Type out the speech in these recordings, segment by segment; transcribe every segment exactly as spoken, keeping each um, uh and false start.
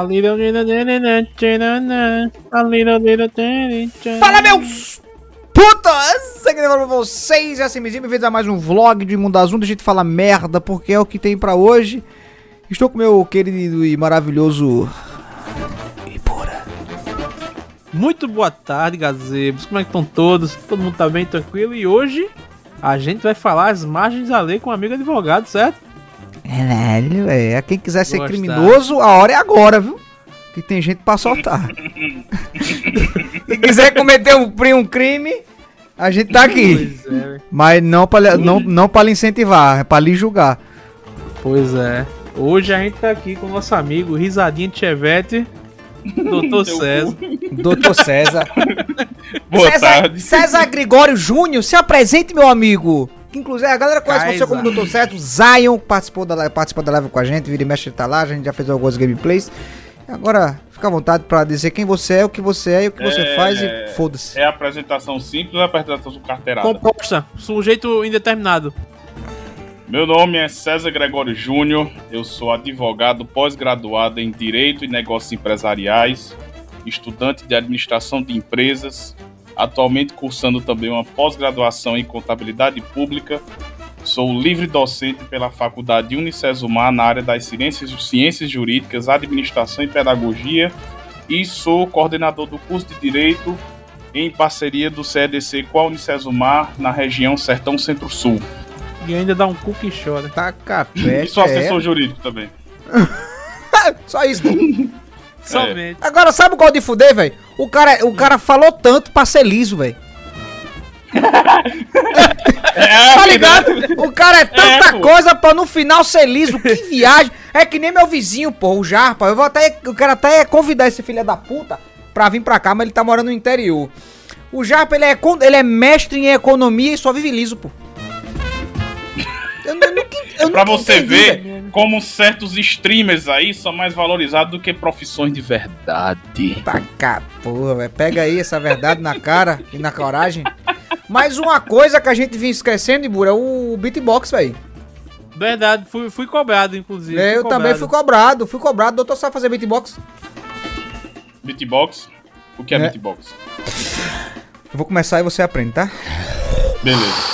A little, little, a little, little, Fala, meus putas! Aqui pra vocês, é assim, bem-vindos a mais um vlog de Mundo Azul. Deixa eu te falar merda, porque é o que tem pra hoje. Estou com meu querido e maravilhoso Ibura. Muito boa tarde, gazebos. Como é que estão todos? Todo mundo tá bem, tranquilo? E hoje a gente vai falar as margens da lei com um amigo advogado, certo? Caralho, é. Quem quiser ser Gostar. criminoso, a hora é agora, viu? Que tem gente pra soltar. Quem quiser cometer um, um crime, a gente tá aqui. Pois é. Mas não pra, não, não pra lhe incentivar, é pra lhe julgar. Pois é. Hoje a gente tá aqui com o nosso amigo Risadinha de Chevette, doutor César. doutor César. Boa César, tarde. César Gregório Júnior, se apresente, meu amigo. Que inclusive a galera conhece Kaiser. você como doutor Certo. Zion participou da, participou da live com a gente, vira e mexe tá lá, a gente já fez algumas gameplays. Agora, fica à vontade pra dizer quem você é, o que você é e o que você É, faz e foda-se. É a apresentação simples ou a apresentação carteirada? Composta, sujeito indeterminado. Meu nome é César Gregório Júnior, eu sou advogado pós-graduado em Direito e Negócios Empresariais, estudante de Administração de Empresas, atualmente cursando também uma pós-graduação em Contabilidade Pública. Sou livre docente pela Faculdade Unicesumar na área das ciências, ciências Jurídicas, Administração e Pedagogia e sou coordenador do curso de Direito em parceria do C E D C com a Unicesumar na região Sertão Centro-Sul. E ainda dá um cu que chora. Taca E pé. sou assessor jurídico também. Só isso. Somente. Agora, sabe qual de fuder, velho? O cara, o cara falou tanto pra ser liso, velho. É, Tá ligado? O cara é tanta É, pô. coisa pra no final ser liso. Que viagem. É que nem meu vizinho, pô, o Jarpa. Eu vou até, eu quero até convidar esse filho da puta pra vir pra cá, mas ele tá morando no interior. O Jarpa, ele é, con- ele é mestre em economia e só vive liso, pô. Eu, eu nunca, eu Pra nunca você entendi, ver velho. como certos streamers aí são mais valorizados do que profissões de verdade. Tá cá, porra, velho. Pega aí essa verdade na cara e na coragem. Mas uma coisa que a gente vinha esquecendo, Ibura, é o beatbox, velho. Verdade, fui, fui cobrado, inclusive. É, eu fui também cobrado. fui cobrado, fui cobrado. Doutor sabe fazer beatbox? Beatbox? O que é, É. beatbox? Eu vou começar e você aprende, tá? Beleza.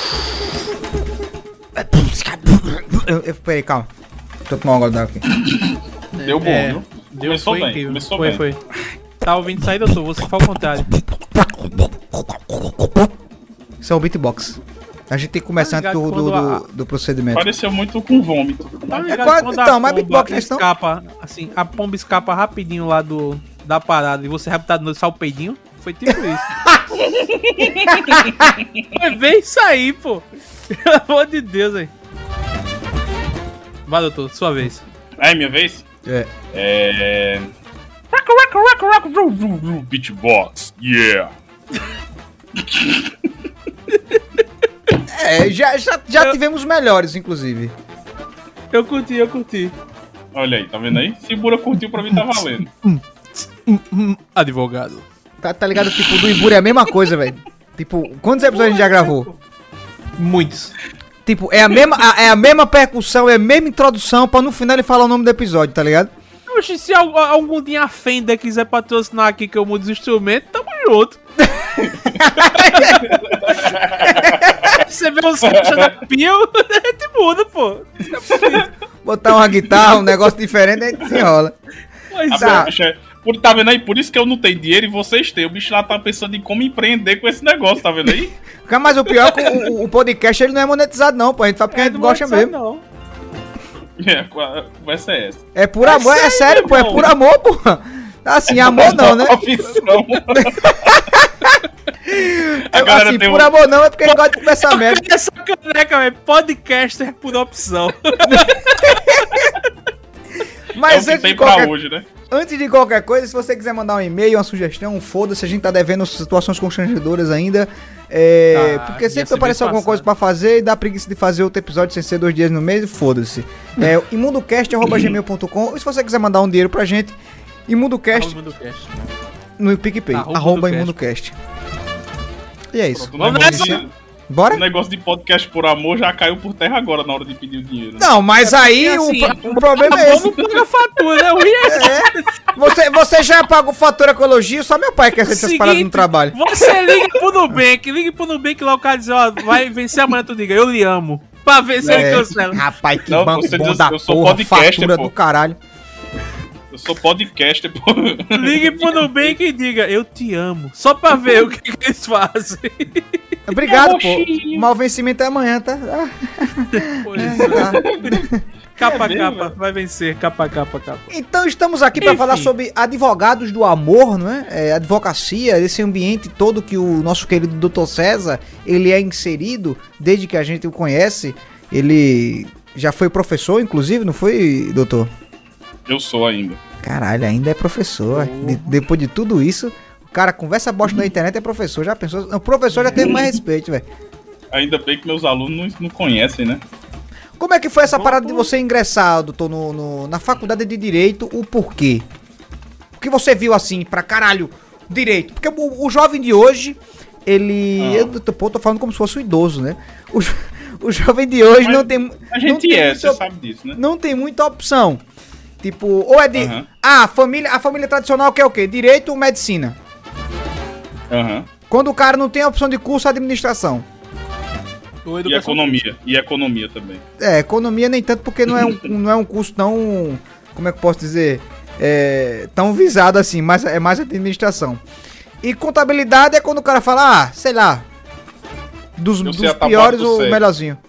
Eu, eu, peraí, calma. Deixa eu tomar uma água aqui. Deu bom, É, viu? Deu, Começou foi bem, incrível. começou foi, bem. foi. Tá ouvindo isso aí, doutor? Você que fala o contrário. Isso é o beatbox. A gente tem que começar Tá antes ligado do, do, quando do, do procedimento. Pareceu muito com vômito. Tá É ligado quase- quando a então, mas pomba beatbox, né, senão- escapa, assim, a pomba escapa rapidinho lá do, da parada e você raptar de noite só o peidinho? Foi tipo isso. Foi bem isso aí, pô. Pelo amor de Deus, aí. Vai, doutor, sua vez. É minha vez? É. É... Rock, rock, rock, rock, ru, ru, ru, beatbox, yeah. É, já, já, já Eu- tivemos melhores, inclusive. Eu curti, eu curti. Olha aí, tá vendo aí? Se Bura curtiu, pra mim tá valendo. Advogado. Tá, tá ligado? Tipo, do Ibura é a mesma coisa, velho. Tipo, quantos episódios a gente já gravou? Muitos. Tipo, é a mesma, a- é a mesma percussão, é a mesma introdução pra no final ele falar o nome do episódio, tá ligado? Oxe, se al- algum dia a Fender quiser patrocinar aqui que eu mudo os instrumentos, tamo junto. Você vê os caixas da Pio, a gente muda, pô. Botar uma guitarra, um negócio diferente, a gente se enrola. Pois Ah, Tá. pô, bicho, é- por, tá vendo aí? Por isso que eu não tenho dinheiro e vocês têm. O bicho lá tá pensando em como empreender com esse negócio, tá vendo aí? Cara, mas o pior é que o, o- o podcast ele não é monetizado, não, pô. A gente faz porque a gente gosta mesmo. Não. É, a conversa é essa. É por amor, é sério, pô. É por amor, pô. Assim, amor não, né? Profissão. A Eu, galera assim, tem por um... amor não, é porque a gente gosta de conversar merda. Essa caneca, velho, podcaster por opção. É o Mas que antes tem de, pra qualquer, hoje, né? antes de qualquer coisa, se você quiser mandar um e-mail, uma sugestão, um foda-se, a gente tá devendo situações constrangedoras ainda. É, Tá, porque ia sempre ser aparece bem alguma passado. coisa pra fazer e dá preguiça de fazer outro episódio sem ser dois dias no mês e foda-se. É imundocast arroba gmail ponto com. E se você quiser mandar um dinheiro pra gente, imundocast Arroba do cast. no PicPay, Arroba arroba Imundocast. imundocast. E é isso. Pronto, não é Vamos nessa. bonito. Bora? O negócio de podcast por amor já caiu por terra agora na hora de pedir o dinheiro. Né? Não, mas aí assim, o, o problema é esse. Vamos pagar fatura, né? O Rio é... Você, você já pagou fatura com elogio? Só meu pai quer ser essas Seguinte, paradas no trabalho. Você liga pro Nubank, liga pro Nubank lá, o cara diz, ó, vai vencer amanhã, tu diga, eu lhe amo. Pra ver se É, ele cancela. rapaz, que Não, banco você bom diz, da eu sou porra, podcaster, fatura pô. do caralho. Eu sou podcaster, pô. Ligue pro Nubank e diga, eu te amo. Só pra ver o que, que eles fazem. Obrigado, É pô. roxinho. O mau vencimento é amanhã, tá? Ah, Pois é. tá. Capa a É capa, mesmo, vai vencer, capa a capa, capa. Então estamos aqui para Enfim. falar sobre advogados do amor, não é? É, advocacia, esse ambiente todo que o nosso querido doutor César, ele é inserido desde que a gente o conhece. Ele já foi professor, inclusive, não foi, doutor? Eu sou ainda. Caralho, ainda é professor. De- depois de tudo isso, o cara conversa bosta na internet é professor. Já pensou? O professor já teve mais respeito, velho. Ainda bem que meus alunos não, não conhecem, né? Como é que foi essa Bom, parada de pô. você ingressar, doutor, no, no- na faculdade de Direito? O porquê? O que você viu assim, pra caralho, direito? Porque o, o jovem de hoje, ele... Ah. Eu tô, pô, tô falando como se fosse um idoso, né? O, jo- o jovem de hoje Mas não tem... A não gente tem é, muita você op- sabe disso, né? Não tem muita opção. Tipo, ou é de... Aham. Ah, a família, a família tradicional quer o quê? Direito ou medicina? Aham. Quando o cara não tem a opção de curso, administração. Ou E educação economia. E economia também. É, economia nem tanto porque não é um, não é um curso tão... Como é que eu posso dizer? É, tão visado assim, mas é mais administração. E contabilidade é quando o cara fala, ah, sei lá, dos, Eu dos sei a tabuada piores do o sexo. melhorzinho.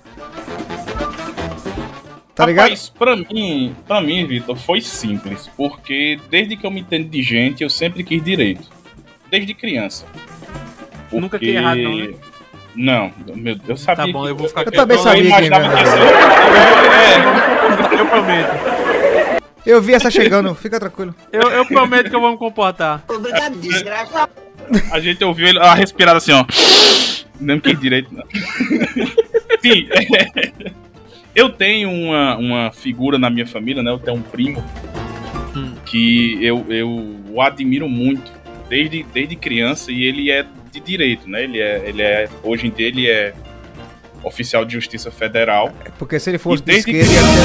Tá ligado? Rapaz, pra mim, pra mim, Vitor, foi simples. Porque desde que eu me entendo de gente, eu sempre quis direito. Desde criança. Nunca Porque- quis errado, não, né? Não, meu Deus, eu sabia Tá bom, que... eu vou ficar Eu quieto. também eu sabia que imaginava ia que ia ganhar. ser... É, Eu prometo. Eu vi essa chegando, fica tranquilo. Eu, eu prometo que eu vou me comportar. Obrigado, desgraçado. a gente ouviu ele, a respirada assim, ó. Não quis direito, não. Sim, é, eu tenho uma, uma figura na minha família, né? Eu tenho um primo Hum. que eu, eu o admiro muito desde, desde criança e ele é de direito, né? Ele é, ele é, hoje em dia ele é oficial de justiça federal. Porque se ele fosse E de desde esquerda, ia ser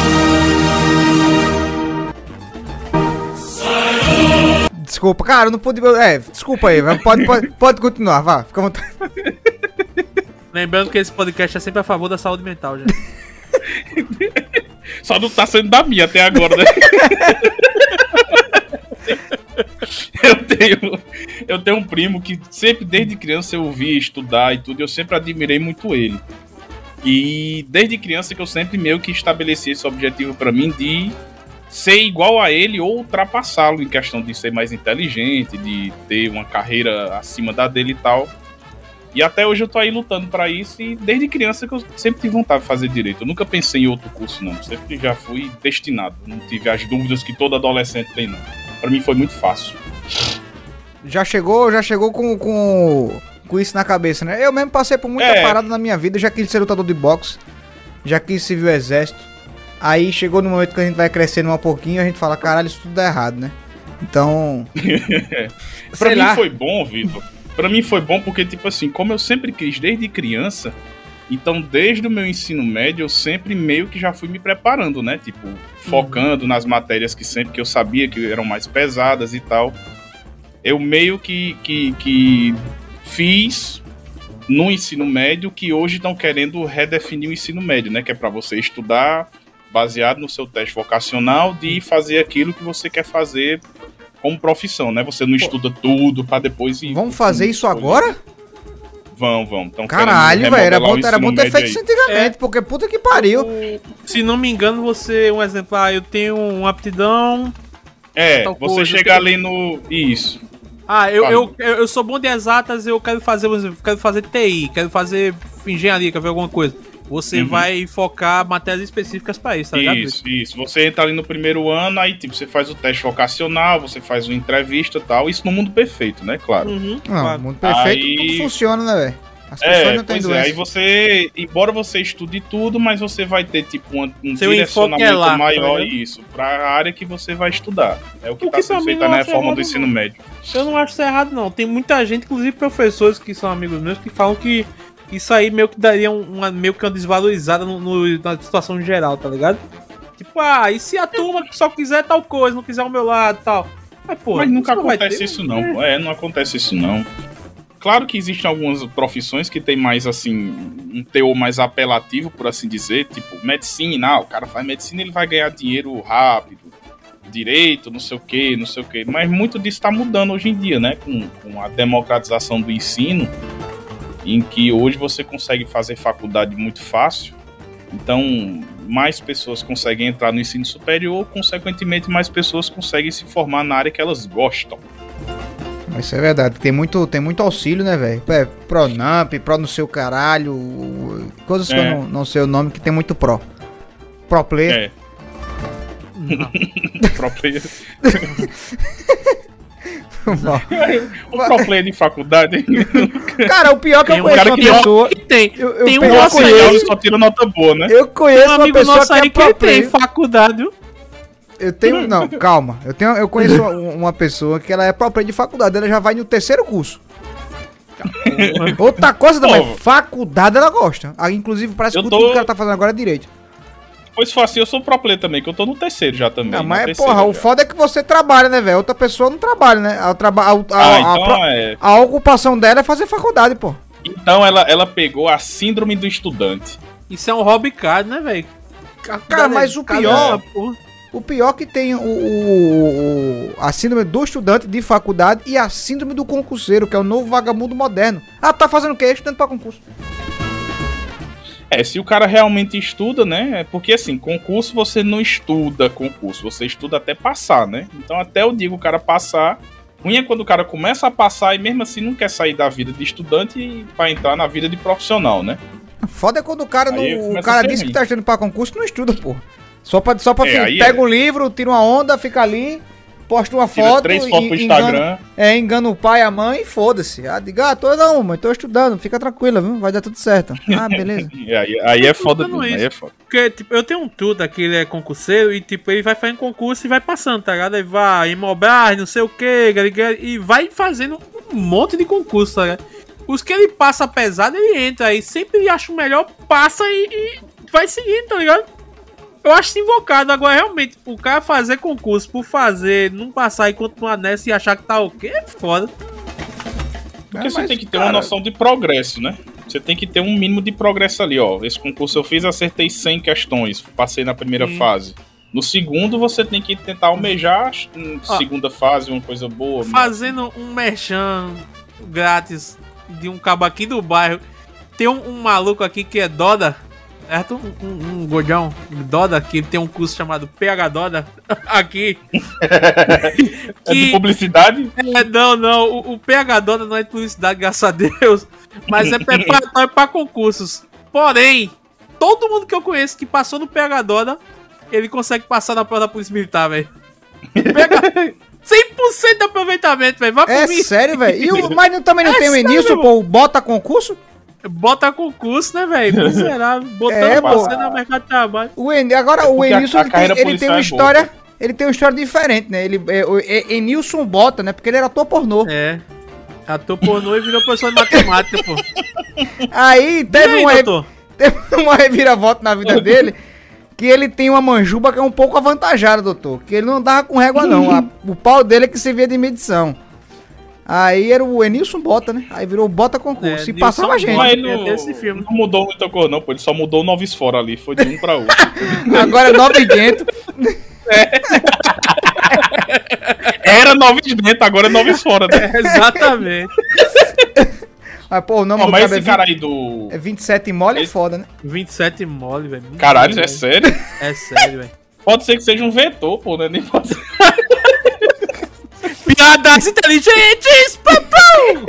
assim. Desculpa, cara, eu não pude. É, desculpa aí, vai, pode, pode, pode continuar, vá, fica à vontade. Lembrando que esse podcast é sempre a favor da saúde mental, gente. Só não tá sendo da minha até agora, né? eu tenho eu tenho um primo que sempre desde criança eu via estudar e tudo, e eu sempre admirei muito ele. E desde criança que eu sempre meio que estabeleci esse objetivo pra mim de ser igual a ele ou ultrapassá-lo em questão de ser mais inteligente, de ter uma carreira acima da dele e tal. E até hoje eu tô aí lutando pra isso e desde criança que eu sempre tive vontade de fazer direito. Eu nunca pensei em outro curso, não. Sempre já fui destinado. Não tive as dúvidas que todo adolescente tem, não. Pra mim foi muito fácil. Já chegou, já chegou com, com, com isso na cabeça, né? Eu mesmo passei por muita É. parada na minha vida, já quis ser lutador de boxe, já quis servir o exército. Aí chegou no momento que a gente vai crescendo um pouquinho, a gente fala, caralho, isso tudo dá errado, né? Então, Pra sei mim lá. foi bom, Vitor. Pra mim foi bom porque, tipo assim, como eu sempre quis desde criança, então desde o meu ensino médio eu sempre meio que já fui me preparando, né? Tipo, focando nas matérias que sempre que eu sabia que eram mais pesadas e tal. Eu meio que, que, que fiz no ensino médio que hoje estão querendo redefinir o ensino médio, né? Que é pra você estudar baseado no seu teste vocacional de fazer aquilo que você quer fazer como profissão, né? Você não estuda tudo pra depois ir... vamos fazer isso agora? Vão, vão. Tão Caralho, querendo velho, era remodelar bom, o era ensino bom ter médio feito aí. isso antigamente, É. porque puta que pariu. Se não me engano, você, um exemplo, ah, eu tenho uma aptidão. É, tal você coisa, chegar eu ali no... Isso. Ah, eu, Fala. eu, eu, eu sou bom de exatas, eu quero fazer, por exemplo, quero fazer T I, quero fazer engenharia, quero ver alguma coisa. Você Uhum. vai focar matérias específicas pra isso, tá ligado? Isso, isso. Você entra ali no primeiro ano, aí tipo, você faz o teste vocacional, você faz uma entrevista e tal. Isso no mundo perfeito, né? Claro. Uhum, Não, claro. mundo perfeito, Aí- tudo funciona, né, velho? As pessoas É, não têm pois é. doença. Aí você, embora você estude tudo, mas você vai ter tipo uma- um Seu enfoque é lá, tá maior ligado? isso, pra área que você vai estudar. É o que O tá que sendo pra mim feito não na acho reforma errado, do ensino não. médio. Eu não acho isso errado, não. Tem muita gente, inclusive professores que são amigos meus, que falam que isso aí meio que daria um- uma, meio que uma desvalorizada no, no- na situação geral, tá ligado? Tipo, ah, e se a turma só quiser tal coisa, não quiser o meu lado e tal? Mas, pô, Mas nunca não vai acontece ter, isso não, pô. É, não acontece isso não. Claro que existem algumas profissões que tem mais, assim, um teor mais apelativo, por assim dizer, tipo, medicina, ah, o cara faz medicina, ele vai ganhar dinheiro rápido, direito, não sei o que, não sei o que, mas muito disso tá mudando hoje em dia, né, com, com a democratização do ensino, em que hoje você consegue fazer faculdade muito fácil, então mais pessoas conseguem entrar no ensino superior, consequentemente mais pessoas conseguem se formar na área que elas gostam. Isso é verdade, tem muito, tem muito auxílio, né, velho? É, Pronamp, Pro no seu caralho, coisas que É. eu não, não sei o nome, que tem muito Pro. Pro Player. É. Pro player. O pro player de faculdade. Cara, o pior é que Tem eu um conheço cara uma que não- pessoa... Que tem, Eu, eu tem um pe- eu nosso Ele conheço, só tira nota boa, né? eu tem conheço um uma amigo pessoa nosso que é aí que pro ele tem player. faculdade, viu? Eu tenho... Não, calma. Eu, tenho, eu conheço uma, uma pessoa que ela é pro player de faculdade, ela já vai no terceiro curso. Outra coisa também, Pô. faculdade ela gosta. Ah, inclusive, parece Eu que tô- o tudo que ela tá fazendo agora é direito. Pois se for assim, eu sou pro player também, que eu tô no terceiro já também. Não, na mas, terceira porra, o já. foda é que você trabalha, né, velho? Outra pessoa não trabalha, né? A, traba- a, a, Ah, a- então a pro- é. a ocupação dela é fazer faculdade, pô. Então ela, ela pegou a síndrome do estudante. Isso é um hobby card, né, velho? Cara, mas o pior- O pior que tem o, o- o- a síndrome do estudante de faculdade e a síndrome do concurseiro, que é o novo vagabundo moderno. Ah, tá fazendo o quê? Estudando pra concurso. É, se o cara realmente estuda, né? Porque assim, concurso você não estuda concurso, você estuda até passar, né? Então até eu digo o cara passar. Ruim é quando o cara começa a passar e mesmo assim não quer sair da vida de estudante pra entrar na vida de profissional, né? Foda é quando o cara, Aí não, o começa a cara ser disse ruim. que tá estudando pra concurso e não estuda, pô. Só pra, só pra É, fi- aí pega é. um livro, tira uma onda, fica ali, posta uma Tira foto, três fotos pro e- engana, Instagram. é, engana o pai e a mãe e foda-se. Ah, diga, ah, tô não, mãe, tô estudando, fica tranquila, viu? Vai dar tudo certo. Ah, beleza. E aí, aí é foda Tudo tudo, isso. aí é foda. Porque, tipo, eu tenho um tudo que ele é concurseiro e, tipo, ele vai fazendo concurso e vai passando, tá ligado? Ele vai em Mobras, não sei o que, e vai fazendo um monte de concurso, tá ligado? Os que ele passa pesado, ele entra aí, sempre acha o melhor, passa e, e vai seguindo, tá ligado? Eu acho invocado. Agora, realmente, o cara fazer concurso por fazer, não passar e continuar nessa e achar que tá ok, é foda. Porque É, você mas, tem que ter cara, uma noção de progresso, né? Você tem que ter um mínimo de progresso ali, ó. Esse concurso eu fiz, acertei cem questões, passei na primeira Sim. fase. No segundo, você tem que tentar almejar hum, Ó, segunda fase, uma coisa boa. Fazendo um merchan grátis de um cabo aqui do bairro. Tem um, um maluco aqui que é Doda, certo? Um, um, um gordão, Doda, que tem um curso chamado P H Doda aqui. É de que, publicidade? é, não, não, o, o P H Doda não é de publicidade, graças a Deus, mas é preparatório para concursos. Porém, todo mundo que eu conheço que passou no P H Doda, ele consegue passar na prova da Polícia Militar, velho. Pega cem por cento de aproveitamento, velho. Vai É por mim. sério, velho. E o- Mas não- também não É tem o sério, Enilson, meu. pô, o bota concurso? Bota concurso, né, velho? Miserável. Botando É, pra pô. você no mercado de trabalho. O En... Agora, É o porque a- Enilson a ele tem, carreira ele tem policial uma é história. boa, Ele tem uma história diferente, né? Ele, é, o E- Enilson bota, né? Porque ele era ator pornô. É. Ator pornô e virou professor de matemática, pô. Aí E teve aí, uma, re- doutor? teve uma reviravolta na vida dele. Que ele tem uma manjuba que é um pouco avantajada, doutor. Que ele não andava com régua, não. A- o pau dele é que servia de medição. Aí era o Enilson Bota, né? Aí virou Bota concurso. É, e passava a Nilson gente. Mas Bota. ele não, Esse filme. não mudou muita coisa, não, pô. Ele só mudou o Noves Fora ali. Foi de um pra outro. Agora é nove dentro. Era Noves dentro, agora é Noves Fora, né? É, exatamente. Mas, pô, o nome Ó, do mas cara é, esse cara vinte aí do. é vinte e sete mole, é Esse- foda, né? vinte e sete mole, velho. Caralho, é velho. sério? É sério, velho. Pode ser que seja um vetor, pô, né? Nem pode ser. Piadas inteligentes! Papum!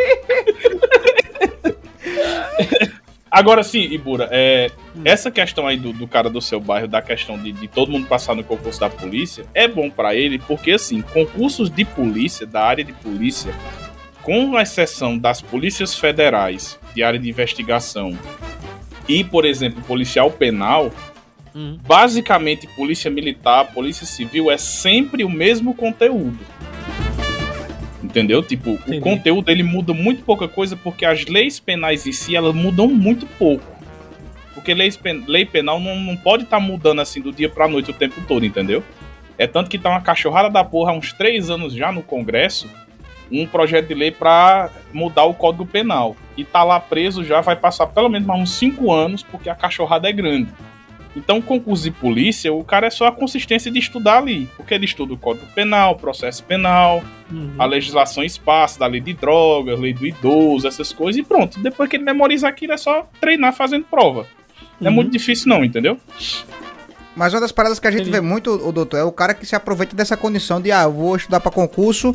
Agora sim, Ibura, é, essa questão aí do, do cara do seu bairro, da questão de, de todo mundo passar no concurso da polícia, é bom pra ele, porque assim, concursos de polícia, da área de polícia, com exceção das polícias federais, de área de investigação, e, por exemplo, policial penal, Hum. basicamente polícia militar, polícia civil é sempre o mesmo conteúdo. Entendeu? Tipo, Entendi. O conteúdo ele muda muito pouca coisa porque as leis penais em si, elas mudam muito pouco. Porque lei, lei penal não, não pode estar tá mudando assim do dia pra noite o tempo todo, entendeu? É tanto que tá uma cachorrada da porra há uns três anos já no Congresso, um projeto de lei pra mudar o Código Penal. E tá lá preso já, vai passar pelo menos mais uns cinco anos, porque a cachorrada é grande. Então, o concurso de polícia, o cara é só a consistência de estudar ali. Porque ele estuda o Código Penal, processo penal, uhum. a legislação espaço, da lei de drogas, lei do idoso, essas coisas, e pronto. Depois que ele memoriza aquilo, é só treinar fazendo prova. Não uhum. é muito difícil não, entendeu? Mas uma das paradas que a gente Entendi. vê muito, o doutor, é o cara que se aproveita dessa condição de, ah, eu vou estudar pra concurso,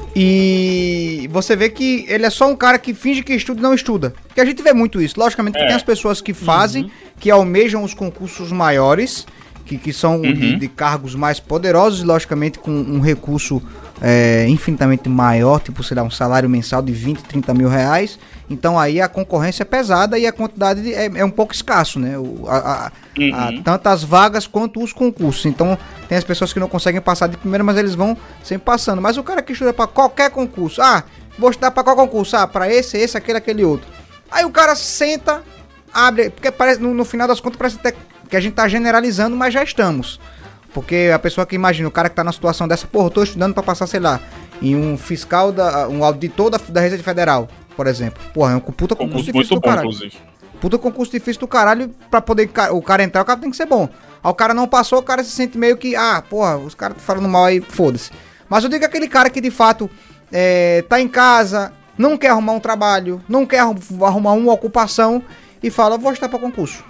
e você vê que ele é só um cara que finge que estuda e não estuda. Porque a gente vê muito isso. Logicamente que É. tem as pessoas que fazem, Uhum. que almejam os concursos maiores, que, que são Uhum. de, de cargos mais poderosos, e logicamente com um recurso é, infinitamente maior, tipo, sei lá, um salário mensal de vinte, trinta mil reais. Então aí a concorrência é pesada e a quantidade de, é, é um pouco escasso, né? O, a, a, Uhum. a, tanto as vagas quanto os concursos. Então tem as pessoas que não conseguem passar de primeira, mas eles vão sempre passando. Mas o cara que estuda pra qualquer concurso, ah, vou estudar pra qual concurso? Ah, pra esse, esse, aquele, aquele outro. Aí o cara senta, abre, porque parece, no, no final das contas parece até que a gente tá generalizando, mas já estamos. Porque a pessoa que imagina, o cara que tá na situação dessa, porra, eu tô estudando pra passar, sei lá, em um fiscal, da, um auditor da, da Receita Federal, por exemplo. Porra, é um puta concurso, Concurso difícil muito do bom, caralho. inclusive. Puta concurso difícil do caralho, pra poder o cara entrar, o cara tem que ser bom. Aí o cara não passou, o cara se sente meio que, ah, porra, os caras falando mal aí, foda-se. Mas eu digo aquele cara que de fato é, tá em casa, não quer arrumar um trabalho, não quer arrumar uma ocupação e fala, vou estudar pra concurso.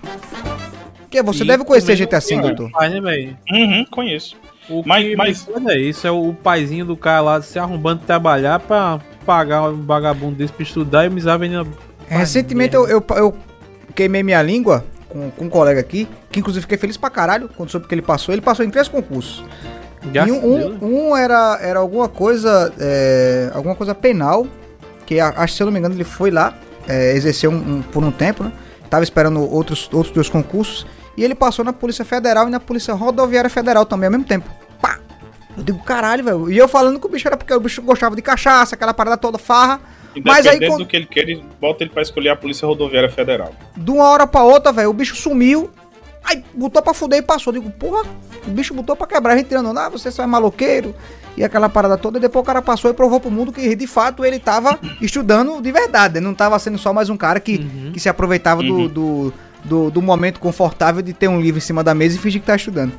Porque você E deve conhecer também gente não assim, tem doutor. pai, né, velho? Uhum, conheço. O Mas- que mas- me foda é isso, é o paizinho do cara lá se arrombando de trabalhar pra pagar um vagabundo desse pra estudar e o miserável ainda... Recentemente eu, eu, eu queimei minha língua com, com um colega aqui, que inclusive fiquei feliz pra caralho quando soube que ele passou. Ele passou em três concursos. Graças E a Deus. um, um, um era, era alguma coisa é, alguma coisa penal, que a- acho que se eu não me engano ele foi lá, é, exerceu um, um- por um tempo, né? Tava esperando outros, outros dois concursos. E ele passou na Polícia Federal e na Polícia Rodoviária Federal também ao mesmo tempo. Pá! Eu digo, caralho, velho. E eu falando que o bicho era porque o bicho gostava de cachaça, aquela parada toda, farra. Mas aí, Independente quando- do que ele quer, ele bota ele pra escolher a Polícia Rodoviária Federal. de uma hora pra outra, velho, o bicho sumiu. Aí botou pra fuder e passou. Eu digo, porra, o bicho botou pra quebrar. A gente tirando, ah, você só é maloqueiro. E aquela parada toda. E depois o cara passou e provou pro mundo que, de fato, ele tava estudando de verdade. Ele não tava sendo só mais um cara que, Uhum. que se aproveitava do, Uhum. do, do, do momento confortável de ter um livro em cima da mesa e fingir que tá estudando.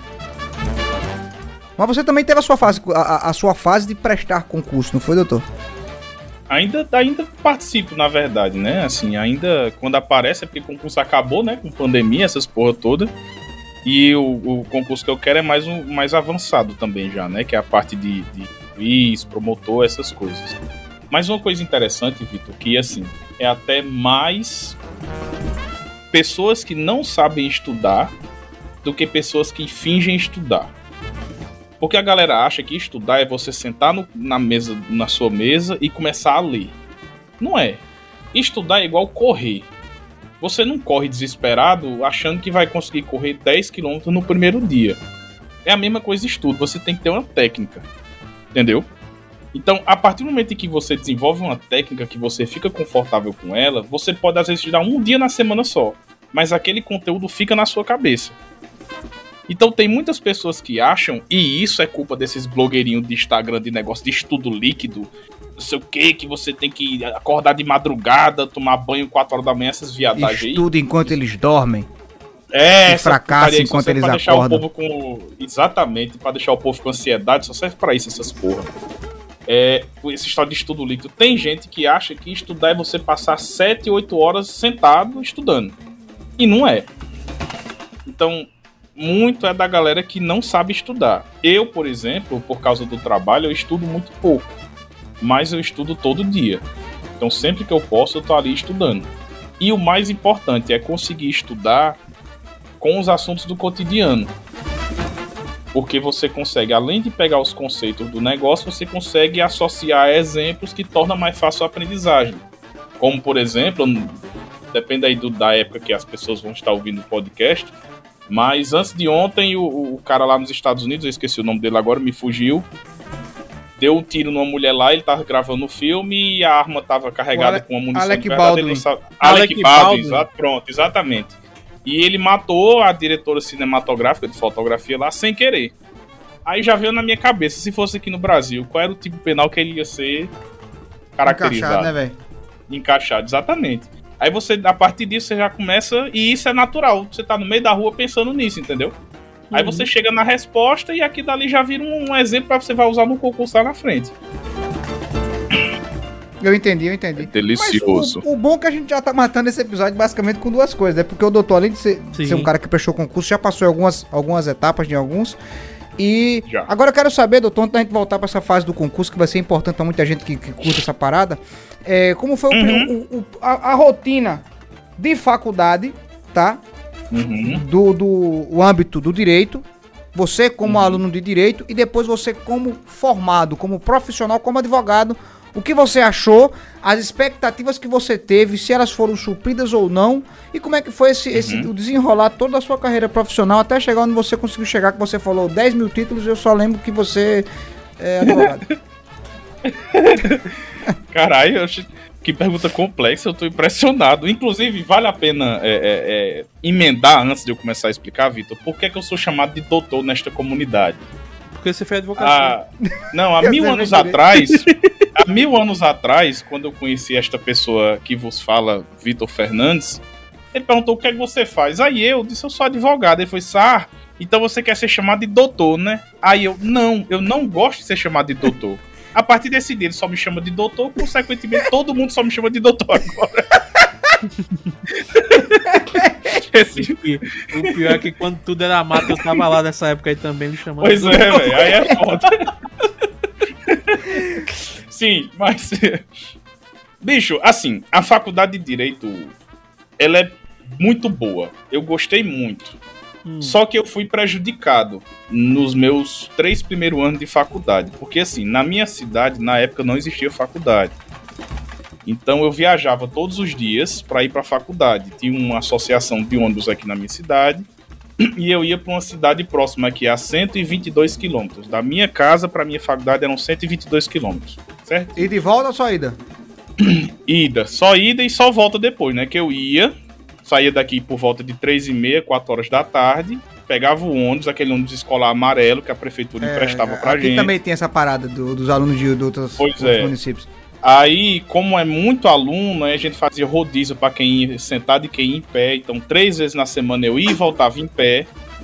Mas você também teve a sua fase, a, a- a sua fase de prestar concurso, não foi, doutor? Ainda, ainda participo, na verdade, né? Assim, ainda quando aparece é porque o concurso acabou, né? Com pandemia, essas porra toda. E o, o concurso que eu quero é mais, um, mais avançado também já, né? Que é a parte de, de juiz, promotor, essas coisas. Mas uma coisa interessante, Vitor, que assim, é até mais pessoas que não sabem estudar do que pessoas que fingem estudar. Porque a galera acha que estudar é você sentar no- na mesa, na sua mesa e começar a ler. Não é. Estudar é igual correr. Você não corre desesperado achando que vai conseguir correr dez quilômetros no primeiro dia. É a mesma coisa de estudo. Você tem que ter uma técnica. Entendeu? Então, a partir do momento em que você desenvolve uma técnica que você fica confortável com ela, você pode às vezes estudar um dia na semana só. Mas aquele conteúdo fica na sua cabeça. Então tem muitas pessoas que acham, e isso é culpa desses blogueirinhos de Instagram de negócio de estudo líquido, não sei o que, que você tem que acordar de madrugada, tomar banho quatro horas da manhã, essas viadagens aí. Estuda enquanto eles dormem. É, e essa fracassa putaria aí só enquanto serve eles pra deixar acordam. o povo com... Exatamente, pra deixar o povo com ansiedade, só serve pra isso essas porra. É, esse história de estudo líquido. Tem gente que acha que estudar é você passar sete, oito horas sentado estudando. E não é. Então, muito é da galera que não sabe estudar. Eu, por exemplo, por causa do trabalho, eu estudo muito pouco. Mas eu estudo todo dia. Então, sempre que eu posso, eu tô ali estudando. E o mais importante é conseguir estudar com os assuntos do cotidiano. Porque você consegue, além de pegar os conceitos do negócio, você consegue associar exemplos que tornam mais fácil a aprendizagem. Como, por exemplo, depende aí do, da época que as pessoas vão estar ouvindo o podcast, mas antes de ontem, o, o cara lá nos Estados Unidos, eu esqueci o nome dele agora, me fugiu, deu um tiro numa mulher lá, ele tava gravando o filme e a arma tava carregada Ale- com uma munição Alec de verdade, Baldwin. ele não sabe- Alec Alec Baldwin, Baldwin. exato, pronto, exatamente. E ele matou a diretora cinematográfica de fotografia lá sem querer. Aí já veio na minha cabeça, se fosse aqui no Brasil, qual era o tipo penal que ele ia ser caracterizado? Encaixado, né, velho? Encaixado, exatamente. Aí você, a partir disso, você já começa, e isso é natural, você tá no meio da rua pensando nisso, entendeu? Aí você chega na resposta e aqui dali já vira um, um exemplo pra você vai usar no concurso lá na frente. Eu entendi, eu entendi. É delicioso. Mas o, o bom é que a gente já tá matando esse episódio basicamente com duas coisas, né? Porque o doutor, além de ser, Sim. ser um cara que prestou concurso, já passou em algumas, algumas etapas de alguns. E Já. agora eu quero saber, doutor, antes da gente voltar pra essa fase do concurso, que vai ser importante pra muita gente que, que curta essa parada, é, como foi o Uhum. prim- o- o- a, a rotina de faculdade, tá? Uhum. Do, do o âmbito do direito, você como Uhum. aluno de direito e depois você como formado, como profissional, como advogado, o que você achou, as expectativas que você teve, se elas foram supridas ou não, e como é que foi esse, esse Uhum. o desenrolar toda a sua carreira profissional até chegar onde você conseguiu chegar, que você falou dez mil títulos, eu só lembro que você é advogado. Caralho, eu achei- que pergunta complexa, eu tô impressionado. Inclusive, vale a pena é, é, é, emendar antes de eu começar a explicar, Vitor, por que, que eu sou chamado de doutor nesta comunidade? Porque você fez advocacia. Ah, não, há Eu mil sei anos nem direito. atrás, há mil anos atrás, quando eu conheci esta pessoa que vos fala, Vitor Fernandes, ele perguntou o que é que você faz. Aí eu disse, eu sou advogado. Ele foi, ah, então você quer ser chamado de doutor, né? Aí eu, não, eu não gosto de ser chamado de doutor. A partir desse dia ele só me chama de doutor, consequentemente todo mundo só me chama de doutor agora. Esse- O pior é que quando tudo era mato, eu tava lá nessa época aí também me chamando. Pois é, velho, aí é foda. Sim, mas... Bicho, assim, a faculdade de Direito, ela é muito boa. Eu gostei muito. Hum. Só que eu fui prejudicado nos meus três primeiros anos de faculdade. Porque, assim, na minha cidade, na época, não existia faculdade. Então, eu viajava todos os dias para ir para a faculdade. Tinha uma associação de ônibus aqui na minha cidade. E eu ia para uma cidade próxima aqui, a cento e vinte e dois quilômetros. Da minha casa para minha faculdade eram cento e vinte e dois quilômetros. Certo? E de volta ou só ida? Ida. Só ida e só volta depois, né? Que eu ia... Saía daqui por volta de três e meia, quatro horas da tarde, pegava o ônibus, aquele ônibus escolar amarelo que a prefeitura emprestava pra aqui gente. também tem essa parada do- dos alunos de, de outros, Pois outros é. municípios. Aí, como é muito aluno, aí a gente fazia rodízio pra quem ia sentado e quem ia em pé. Então, três vezes na semana eu ia e voltava em pé,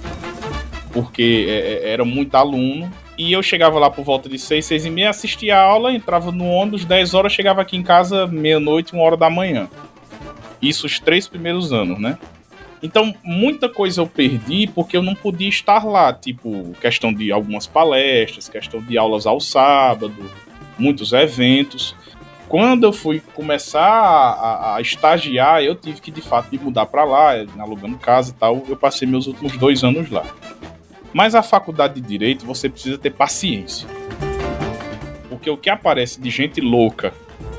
porque é, é, era muito aluno. E eu chegava lá por volta de seis, seis e meia, assistia a aula, entrava no ônibus, dez horas, chegava aqui em casa meia-noite, uma hora da manhã. Isso os três primeiros anos, né? Então, muita coisa eu perdi porque eu não podia estar lá. Tipo, questão de algumas palestras, questão de aulas ao sábado, muitos eventos. Quando eu fui começar a, a estagiar, eu tive que, de fato, me mudar para lá, alugando casa e tal. Eu passei meus últimos dois anos lá. Mas a faculdade de Direito, você precisa ter paciência. Porque o que aparece de gente louca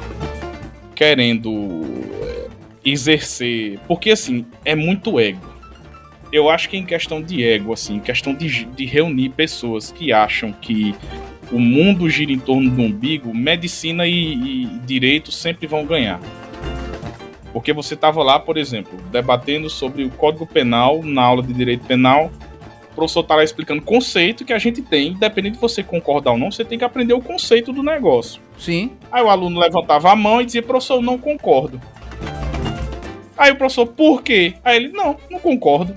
querendo exercer... Porque, assim, é muito ego. Eu acho que em questão de ego, assim, em questão de, de reunir pessoas que acham que o mundo gira em torno do umbigo, medicina e, e direito sempre vão ganhar. Porque você estava lá, por exemplo, debatendo sobre o Código Penal na aula de Direito Penal, o professor está lá explicando conceito que a gente tem, independente de você concordar ou não, você tem que aprender o conceito do negócio. Sim. Aí o aluno levantava a mão e dizia, professor, eu não concordo. Aí o professor, por quê? Aí ele, não, não concordo.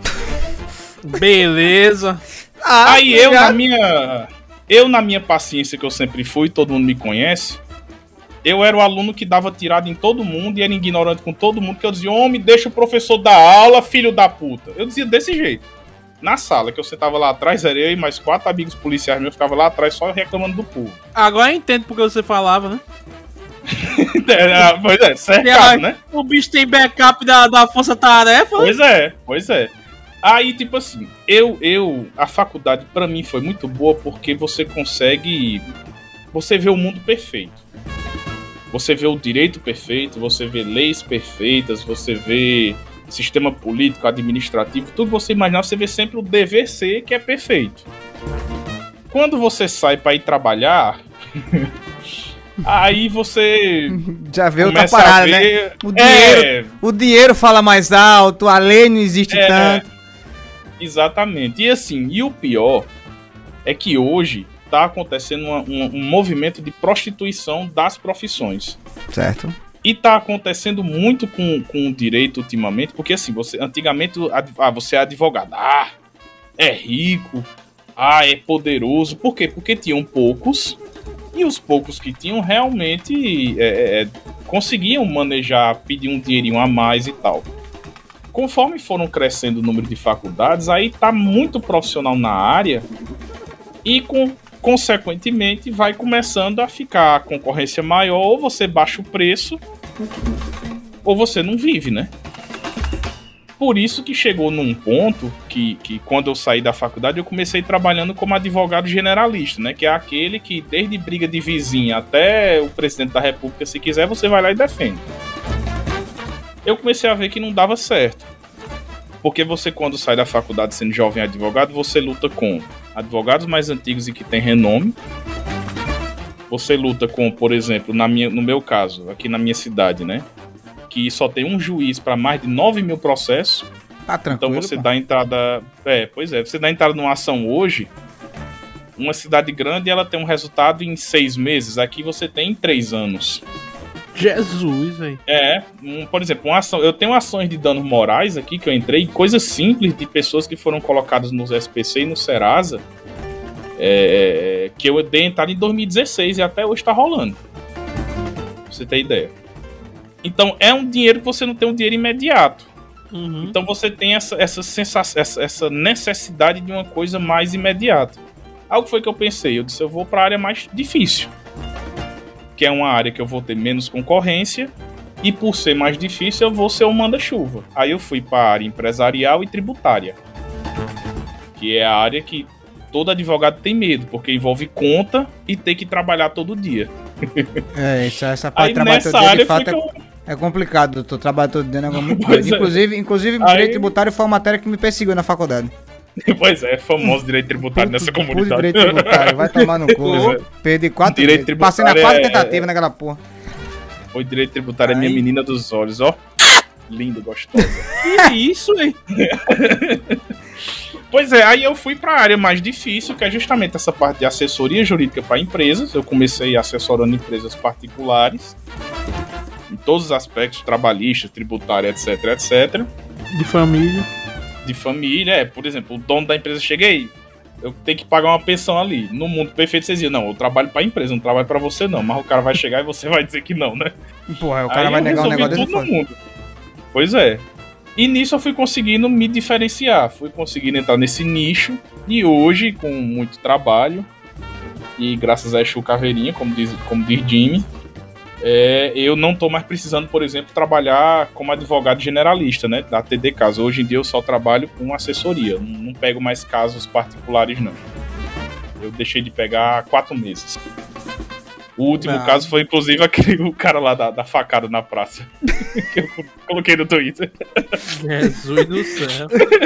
Beleza. Ah, Aí eu, já- na minha... Eu, na minha paciência, que eu sempre fui, todo mundo me conhece, eu era o aluno que dava tirada em todo mundo e era ignorante com todo mundo, que eu dizia, homem, deixa o professor dar aula, filho da puta. Eu dizia desse jeito. Na sala, que eu sentava lá atrás, era eu e mais quatro amigos policiais meus, ficava lá atrás só reclamando do povo. Agora eu entendo porque você falava, né? É, pois é, cercado, né? O bicho tem backup da, da Força Tarefa. Pois é, pois é. Aí, tipo assim, eu, eu, a faculdade pra mim foi muito boa porque você consegue, você vê o mundo perfeito. Você vê o direito perfeito, você vê leis perfeitas, você vê sistema político, administrativo, tudo que você imaginar, você vê sempre o dever ser que é perfeito. Quando você sai pra ir trabalhar, Aí você já vê outra começa a parada, ver- né? O dinheiro, É, o dinheiro fala mais alto, a lei não existe É. tanto. exatamente. E assim, e o pior é que hoje tá acontecendo uma- um, um movimento de prostituição das profissões. Certo. E tá acontecendo muito com, com o direito ultimamente, porque assim, você antigamente, ad- ah, você é advogado, ah, é rico, ah, é poderoso. Por quê? Porque tinham poucos, e os poucos que tinham realmente é, é, conseguiam manejar, pedir um dinheirinho a mais e tal. Conforme foram crescendo o número de faculdades, aí tá muito profissional na área e com, consequentemente vai começando a ficar a concorrência maior, ou você baixa o preço ou você não vive, né? Por isso que chegou num ponto que, que quando eu saí da faculdade eu comecei trabalhando como advogado generalista, né? Que é aquele que desde briga de vizinha até o presidente da república, se quiser, você vai lá e defende. Eu comecei a ver que não dava certo. Porque você, quando sai da faculdade sendo jovem advogado, você luta com advogados mais antigos e que tem renome. Você luta com, por exemplo, na minha, no meu caso, aqui na minha cidade, né? Que só tem um juiz para mais de nove mil processos. Tá tranquilo. Então você pô. dá entrada... É, pois é. Você dá entrada numa ação hoje, uma cidade grande, ela tem um resultado em seis meses. Aqui você tem em três anos. Jesus, velho. É, um, por exemplo, uma ação, eu tenho ações de danos morais aqui que eu entrei, coisas simples de pessoas que foram colocadas nos S P C e no Serasa, é, que eu dei entrada em dois mil e dezesseis e até hoje tá rolando. Pra você ter ideia. Então é um dinheiro que você não tem um dinheiro imediato. Uhum. Então você tem essa, essa, sensação, essa, essa necessidade de uma coisa mais imediata. Algo foi que eu pensei, eu disse, eu vou pra área mais difícil. Que é uma área que eu vou ter menos concorrência, e por ser mais difícil eu vou ser um manda-chuva. Aí eu fui para a área empresarial e tributária, que é a área que todo advogado tem medo, porque envolve conta e ter que trabalhar todo dia. É, isso, essa parte Aí de trabalho nessa todo dia, de área foi fato, que é, eu... é complicado, doutor. Trabalho todo dia é um negócio muito Pois doido. é. Inclusive, inclusive Aí- direito tributário foi uma matéria que me perseguiu na faculdade. Pois é, famoso direito tributário nessa Puto- puto comunidade. direito tributário, vai tomar no cu. Pois é. Perdi quatro Direito vezes. Passei na tributário quarta é- tentativa naquela porra. O direito tributário é minha Aí- menina dos olhos, ó. Lindo, gostosa. Que isso, velho? Pois é, aí eu fui para a área mais difícil, que é justamente essa parte de assessoria jurídica para empresas. Eu comecei assessorando empresas particulares, em todos os aspectos, trabalhistas, tributário, etc, etc. De família. De família, é, por exemplo, o dono da empresa cheguei, eu tenho que pagar uma pensão ali. No mundo perfeito, vocês diziam, não, eu trabalho para a empresa, não trabalho para você não. Mas o cara vai chegar e você vai dizer que não, né? Porra, o cara Aí vai eu negar um resolvi negócio desse tudo no foda. mundo. Pois é. E nisso eu fui conseguindo me diferenciar, fui conseguindo entrar nesse nicho, e hoje, com muito trabalho, e graças a Exu Caveirinha, como diz, como diz Jimmy, é, eu não tô mais precisando, por exemplo, trabalhar como advogado generalista, né, da T D Caso. Hoje em dia eu só trabalho com assessoria, não, não pego mais casos particulares, não. Eu deixei de pegar há quatro meses. O último Não. caso foi, inclusive, aquele o cara lá da, da facada na praça. Que eu coloquei no Twitter. Jesus do céu.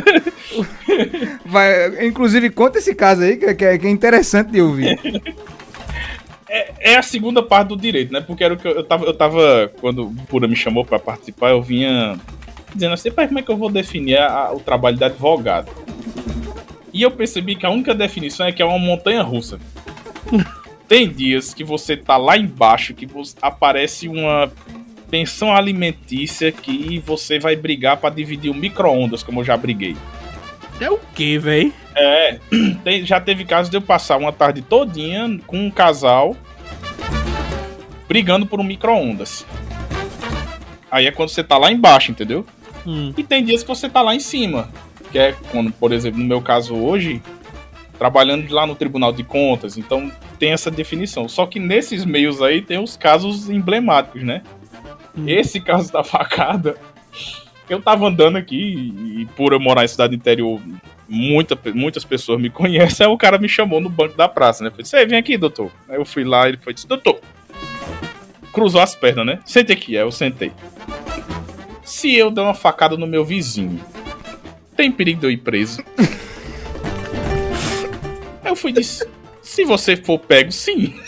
Vai, inclusive, conta esse caso aí, que, que é, que é interessante de ouvir. É, é a segunda parte do direito, né? Porque era o que eu, eu tava. Eu tava quando o Pura me chamou pra participar, eu vinha dizendo assim: "Pai, como é que eu vou definir a- o trabalho de advogado?" E eu percebi que a única definição é que é uma montanha russa. Tem dias que você tá lá embaixo, que você, aparece uma pensão alimentícia que você vai brigar pra dividir o micro-ondas, como eu já briguei. É o que, velho? É, tem- já teve caso de eu passar uma tarde todinha com um casal brigando por um micro-ondas. Aí é quando você tá lá embaixo, entendeu? Hum. E tem dias que você tá lá em cima. Que é quando, por exemplo, no meu caso hoje, trabalhando lá no Tribunal de Contas, então tem essa definição. Só que nesses meios aí tem os casos emblemáticos, né? Hum. Esse caso da facada, eu tava andando aqui e por eu morar em cidade interior, muita, muitas pessoas me conhecem, aí o cara me chamou no banco da praça, né? Eu falei, você vem aqui, doutor. Aí eu fui lá, ele foi e disse, doutor, cruzou as pernas, né? Sente aqui, aí eu sentei. Se eu der uma facada no meu vizinho, tem perigo de eu ir preso? Aí eu fui e disse, se você for pego, sim.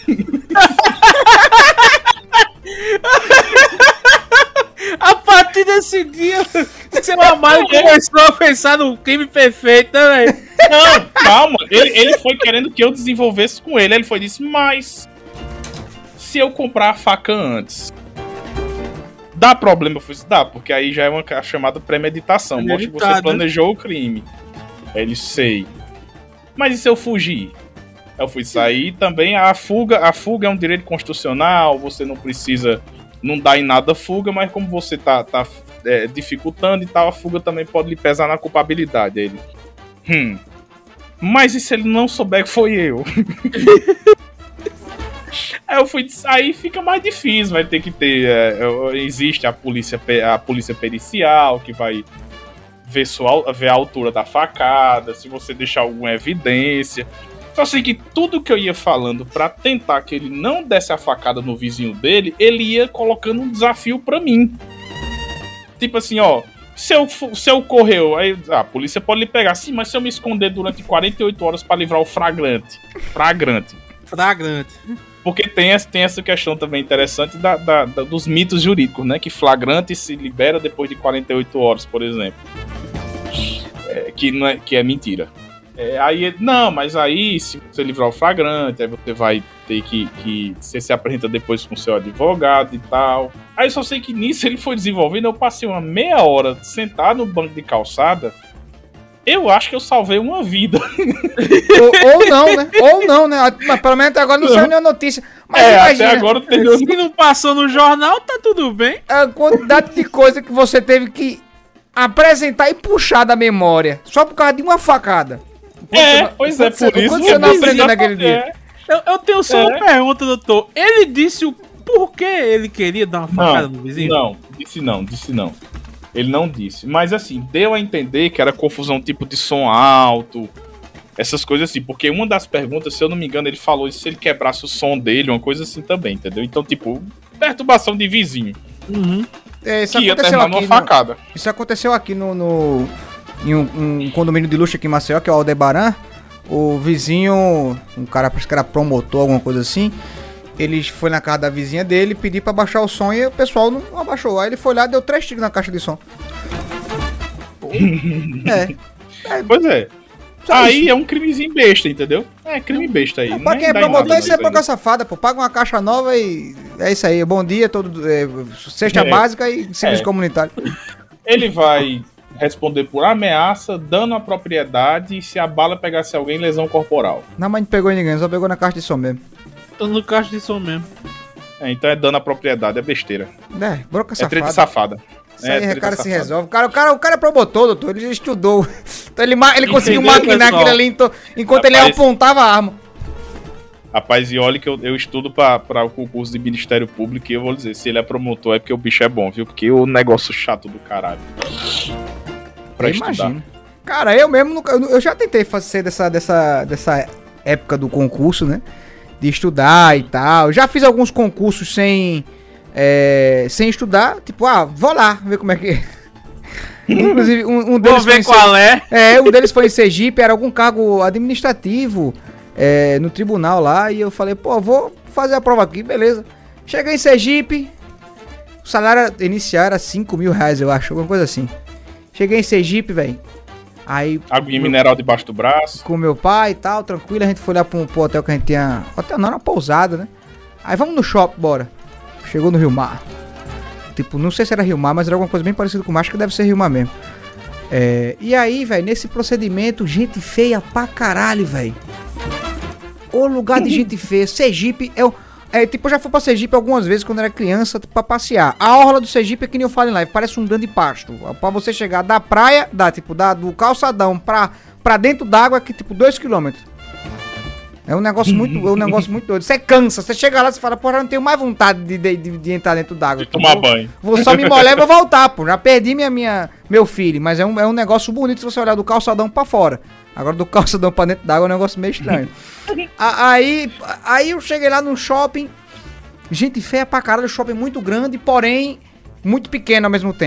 A partir desse dia, seu Ramalho começou a pensar no crime perfeito, né, velho? Não, calma. Ele, ele foi querendo que eu desenvolvesse com ele. Ele foi disse, mas se eu comprar a faca antes, dá problema? Eu falei, dá, porque aí já é uma chamada premeditação. Mostra que você planejou o crime. Aí ele, sei. Mas e se eu fugir? Eu fui sair também. A fuga, a fuga é um direito constitucional. Você não precisa, não dá em nada fuga, mas como você tá, tá é, dificultando e tal, a fuga também pode lhe pesar na culpabilidade. Aí ele, hum. Mas e se ele não souber que foi eu? Aí eu fui sair, fica mais difícil. Vai ter que ter. É, existe a polícia, a polícia pericial que vai ver, sua, ver a altura da facada, se você deixar alguma evidência. Só sei que tudo que eu ia falando pra tentar que ele não desse a facada no vizinho dele, ele ia colocando um desafio pra mim. Tipo assim, ó. Se eu, se eu correr, aí a polícia pode lhe pegar. Sim, mas se eu me esconder durante quarenta e oito horas pra livrar o flagrante. Flagrante. Flagrante. Porque tem, tem essa questão também interessante da, da, da, dos mitos jurídicos, né? Que flagrante se libera depois de quarenta e oito horas, por exemplo. É, que, não é, que é mentira. É, aí, não, mas aí, se você livrar o flagrante, aí você vai ter que, que... Você se apresenta depois com o seu advogado e tal. Aí eu só sei que nisso ele foi desenvolvendo. Eu passei uma meia hora sentado no banco de calçada. Eu acho que eu salvei uma vida. Ou, ou não, né? Ou não, né? Mas pelo menos até agora não, não. saiu nenhuma notícia. Mas é, imagina, até agora tem... Se não passou no jornal, tá tudo bem. A quantidade de coisa que você teve que apresentar e puxar da memória. Só por causa de uma facada. É, não, pois é, por isso que você não aprendeu naquele dia. Eu, eu tenho só é. uma pergunta, doutor. Ele disse o porquê ele queria dar uma facada não, no vizinho? Não, disse não, disse não. Ele não disse. Mas assim, deu a entender que era confusão tipo de som alto, essas coisas assim. Porque uma das perguntas, se eu não me engano, ele falou se ele quebrasse o som dele, uma coisa assim também, entendeu? Então, tipo, perturbação de vizinho. Uhum. É, isso que aconteceu ia aqui. Numa facada. No, isso aconteceu aqui no... no... em um, um condomínio de luxo aqui em Maceió, que é o Aldebaran. O vizinho, um cara, parece que era promotor, alguma coisa assim, ele foi na casa da vizinha dele, pediu pra baixar o som e o pessoal não abaixou. Aí ele foi lá e deu três tiros na caixa de som. é. é. Pois é. Aí isso. É um crimezinho besta, entendeu? É crime besta aí. É, pra quem é promotor, isso é pouca safada, pô. Paga uma caixa nova e é isso aí. Bom dia, todo, é, cesta é. básica e serviço é. comunitário. Ele vai responder por ameaça, dano à propriedade e se a bala pegasse alguém, lesão corporal. Não, mas não pegou em ninguém, só pegou na caixa de som mesmo. Tô no caixa de som mesmo. É, então é dano à propriedade, é besteira. É, broca safada. É treta safada. Isso aí, é, o cara se resolve. O cara, o, cara, o cara é promotor, doutor, ele já estudou. Então ele, ele conseguiu maquinar aquilo ali então, enquanto Rapaz, ele apontava a arma. Rapaz, e olha que eu, eu estudo pra, pra o concurso de Ministério Público e eu vou dizer, se ele é promotor é porque o bicho é bom, viu? Porque o negócio chato do caralho. Pra Imagina. Cara, eu mesmo, nunca, eu já tentei fazer dessa, dessa, dessa época do concurso, né? De estudar e tal. Já fiz alguns concursos sem, é, sem estudar. Tipo, ah, vou lá, ver como é que... Inclusive, um, um deles vou ver qual é. É, um deles foi em Sergipe, era algum cargo administrativo é, no tribunal lá. E eu falei, pô, vou fazer a prova aqui, beleza. Cheguei em Sergipe, o salário inicial era cinco mil reais, eu acho, alguma coisa assim. Cheguei em Sergipe, velho. Aí. Aguinha mineral debaixo do braço. Com meu pai e tal, tranquilo. A gente foi lá pro, pro hotel que a gente tinha. Hotel não, era uma pousada, né? Aí vamos no shopping, bora. Chegou no Rio Mar. Tipo, não sei se era Rio Mar, mas era alguma coisa bem parecida com o Mar. Acho que deve ser Rio Mar mesmo. É, e aí, velho, nesse procedimento, gente feia pra caralho, velho. O lugar de gente feia. Sergipe é o. É, tipo, eu já fui pra Sergipe algumas vezes quando era criança pra passear. A orla do Sergipe é que nem eu falo em live, parece um grande pasto. Pra você chegar da praia, da, tipo, da, do calçadão pra, pra dentro d'água, é que tipo dois quilômetros. É um negócio muito, é um negócio muito doido. Você cansa, você chega lá e fala, porra, eu não tenho mais vontade de, de, de, de entrar dentro d'água. De tomar vou, banho. Vou só me molhar e vou voltar, pô. Já perdi minha, minha, meu filho, mas é um, é um negócio bonito se você olhar do calçadão pra fora. Agora do calçadão pra dentro d'água é um negócio meio estranho. aí, aí eu cheguei lá no shopping, gente feia pra caralho, shopping muito grande, porém muito pequeno ao mesmo tempo.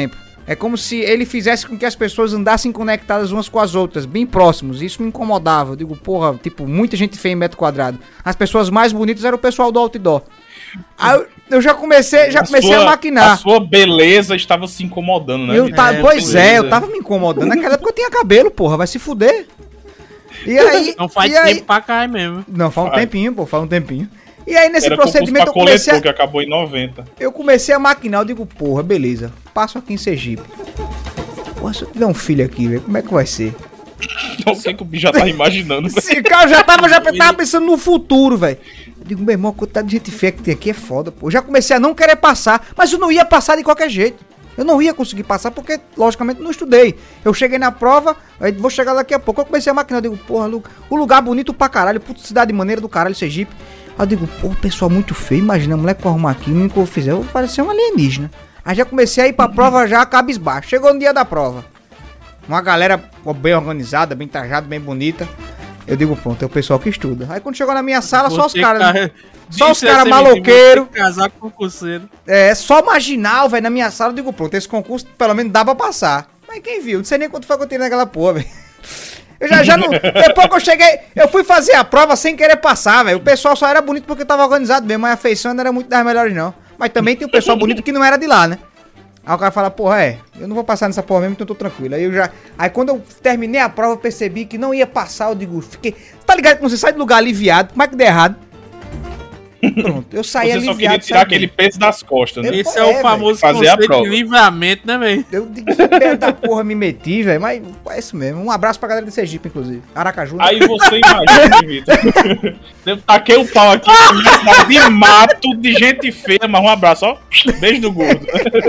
É como se ele fizesse com que as pessoas andassem conectadas umas com as outras, bem próximos. Isso me incomodava. Eu digo, porra, tipo, muita gente feia em metro quadrado. As pessoas mais bonitas eram o pessoal do outdoor. Aí eu, eu já comecei, já comecei sua, a maquinar. A sua beleza estava se incomodando, né? Eu tá, É, pois é, beleza. eu tava me incomodando. Naquela época eu tinha cabelo, porra, vai se fuder. E aí. Não faz e tempo aí... pra cá mesmo. Não, faz um Faz. tempinho, pô, faz um tempinho. E aí nesse Era procedimento eu concurso pra comecei, coletor, a, que acabou em noventa. eu comecei a maquinar. Eu digo, porra, beleza. Passo aqui em Sergipe. Porra, se eu tiver um filho aqui, velho, como é que vai ser? Não sei que o bicho já tá imaginando. Esse cara já tava, já tava pensando no futuro, velho. Eu digo, meu irmão, a quantidade de gente feia que tem aqui é foda, pô. Eu já comecei a não querer passar, mas eu não ia passar de qualquer jeito. Eu não ia conseguir passar porque, logicamente, não estudei. Eu cheguei na prova, aí vou chegar daqui a pouco. Eu comecei a maquinar, eu digo, porra, Lu- o lugar bonito pra caralho, puta cidade maneira do caralho, Sergipe. Aí eu digo, porra, pessoal muito feio, imagina, moleque pra arrumar aqui, o único que eu fizer, eu vou parecer um alienígena. Aí já comecei a ir pra prova já cabisbaixo. Chegou no dia da prova. Uma galera bem organizada, bem trajada, bem bonita. Eu digo, pronto, é o pessoal que estuda. Aí quando chegou na minha sala, só os Você, caras. cara, Só os disse caras essa maloqueiro. menina, casar com concurseiro. É, só marginal, velho, na minha sala. Eu digo, pronto, esse concurso pelo menos dá pra passar. Mas quem viu? Não sei nem quanto foi que eu tirei naquela porra, velho. Eu já, já não. Depois que eu cheguei, eu fui fazer a prova sem querer passar, velho. O pessoal só era bonito porque tava organizado mesmo, mas a feição não era muito das melhores, não. Mas também tem o pessoal bonito que não era de lá, né? Aí o cara fala, porra, é, eu não vou passar nessa porra mesmo, então eu tô tranquilo. Aí eu já. Aí quando eu terminei a prova, eu percebi que não ia passar, eu digo, fiquei. Tá ligado que quando você sai do lugar aliviado, como é que der errado? Pronto, eu saí Você só aliviado. queria tirar sabe? aquele peso das costas, né? Esse é, é, o velho, famoso fazer a conceito prova. de livramento, né, velho? Eu digo, que merda da porra me meti, velho, mas é isso mesmo. Um abraço pra galera de Sergipe, inclusive. Aracaju. né? Aí você imagina, Vitor. Eu taquei o pau aqui de mato, de gente feia, mas um abraço, ó. Beijo do gordo.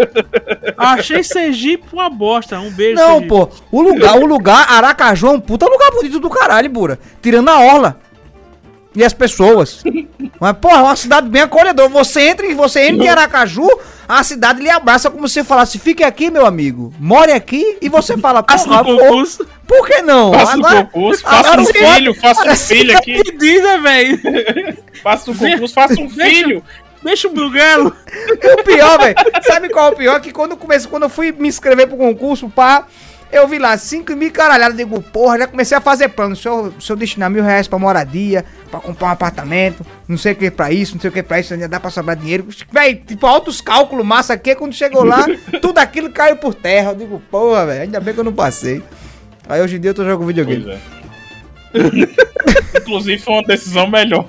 Achei Sergipe uma bosta. Um beijo, Não, Sergipe. pô, o lugar, o lugar, Aracaju é um puta lugar bonito do caralho, Bura. Tirando a orla. E as pessoas. Mas, porra, é uma cidade bem acolhedora. Você entra e você entra em Aracaju, a cidade lhe abraça como se falasse, fique aqui, meu amigo. More aqui. E você fala, Passa porra, no vou- concurso. por que não? Faça o concurso, faça agora um o foda- filho, faça um filho aqui. Que diz, né, velho? Faça o concurso, faça um Deixa- filho. Deixa o Brugelo. E o pior, velho, sabe qual é o pior? Que quando, comecei, quando eu fui me inscrever pro concurso, pá, eu vi lá cinco mil caralhadas, digo, porra, já comecei a fazer plano. Se eu, se eu destinar mil reais pra moradia, pra comprar um apartamento, não sei o que pra isso, não sei o que pra isso, ainda dá pra sobrar dinheiro. Véi, tipo, altos cálculos, massa aqui, quando chegou lá, tudo aquilo caiu por terra. Eu digo, porra, velho, ainda bem que eu não passei. Aí hoje em dia eu tô jogando videogame. Pois é. Inclusive foi uma decisão melhor.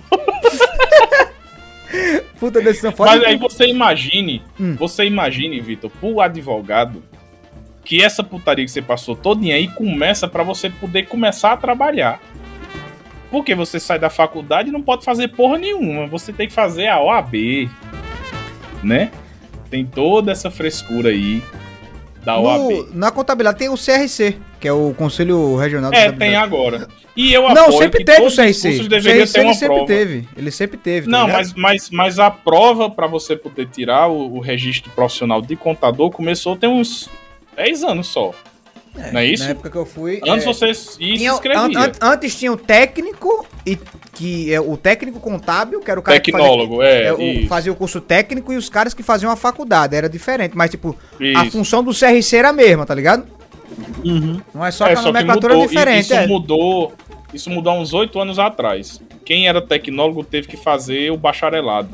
Puta decisão foda. Mas aí você imagine, Hum. você imagine, Vitor, pro advogado, que essa putaria que você passou todinha aí começa pra você poder começar a trabalhar. Porque você sai da faculdade e não pode fazer porra nenhuma. Você tem que fazer a O A B, né? Tem toda essa frescura aí da O A B. No- na contabilidade tem o C R C, que é o Conselho Regional de É, Contabilidade. tem agora. E eu Não, apoio sempre que teve o todos C R os C. cursos O deveriam C R C ter ele uma sempre prova. teve. Ele sempre teve. tá Não, ligado? mas, mas, mas a prova pra você poder tirar o, o registro profissional de contador começou tem uns dez anos só. Não é isso? Na época que eu fui. Antes é, você ia se tinha, an- inscrevia. an- antes tinha o técnico, e, que é o técnico contábil, que era o cara Tecnólogo, que fazia, é, é, o- isso. fazia o curso técnico, e os caras que faziam a faculdade. Era diferente. Mas, tipo, a Isso. função do C R C era a mesma, tá ligado? Uhum. Não é só É, que a só que nomenclatura mudou, é diferente. isso é. mudou. Isso mudou há uns oito anos atrás. Quem era tecnólogo teve que fazer o bacharelado.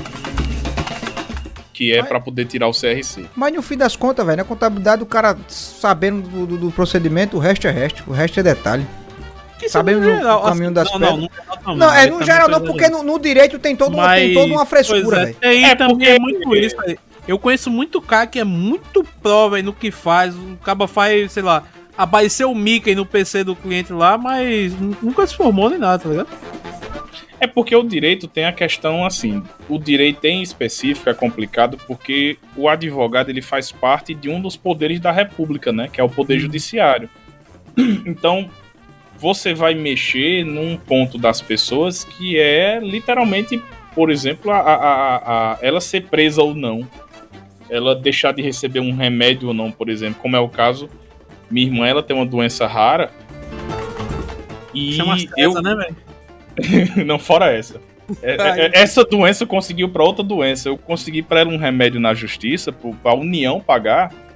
Que é Mas- pra poder tirar o C R C. Mas no fim das contas, velho, na contabilidade, o cara sabendo do, do- do procedimento, o resto é resto. O resto é detalhe. Que Sabemos no o geral, caminho das não, pedras. não, no geral também, Não, é aí no também geral não, coisa porque no, no direito tem, todo, uma- tem toda uma frescura, pois é, velho. tem É, também porque- é muito isso, velho. Eu conheço muito cara que é muito pró, velho, no que faz. O cara faz, sei lá, apareceu o Mickey no P C do cliente lá, mas nu- nunca se formou nem nada, tá ligado? É porque o direito tem a questão assim, o direito em específico é complicado porque o advogado ele faz parte de um dos poderes da República, né, que é o poder judiciário. Então, você vai mexer num ponto das pessoas que é literalmente, por exemplo, a, a, a, a- ela ser presa ou não, ela deixar de receber um remédio ou não, por exemplo, como é o caso, minha irmã, ela tem uma doença rara e Chama eu César, né, velho? não, fora essa. É, é, é, essa doença conseguiu pra outra doença. Eu consegui pra ela um remédio na justiça, pro- pra União pagar,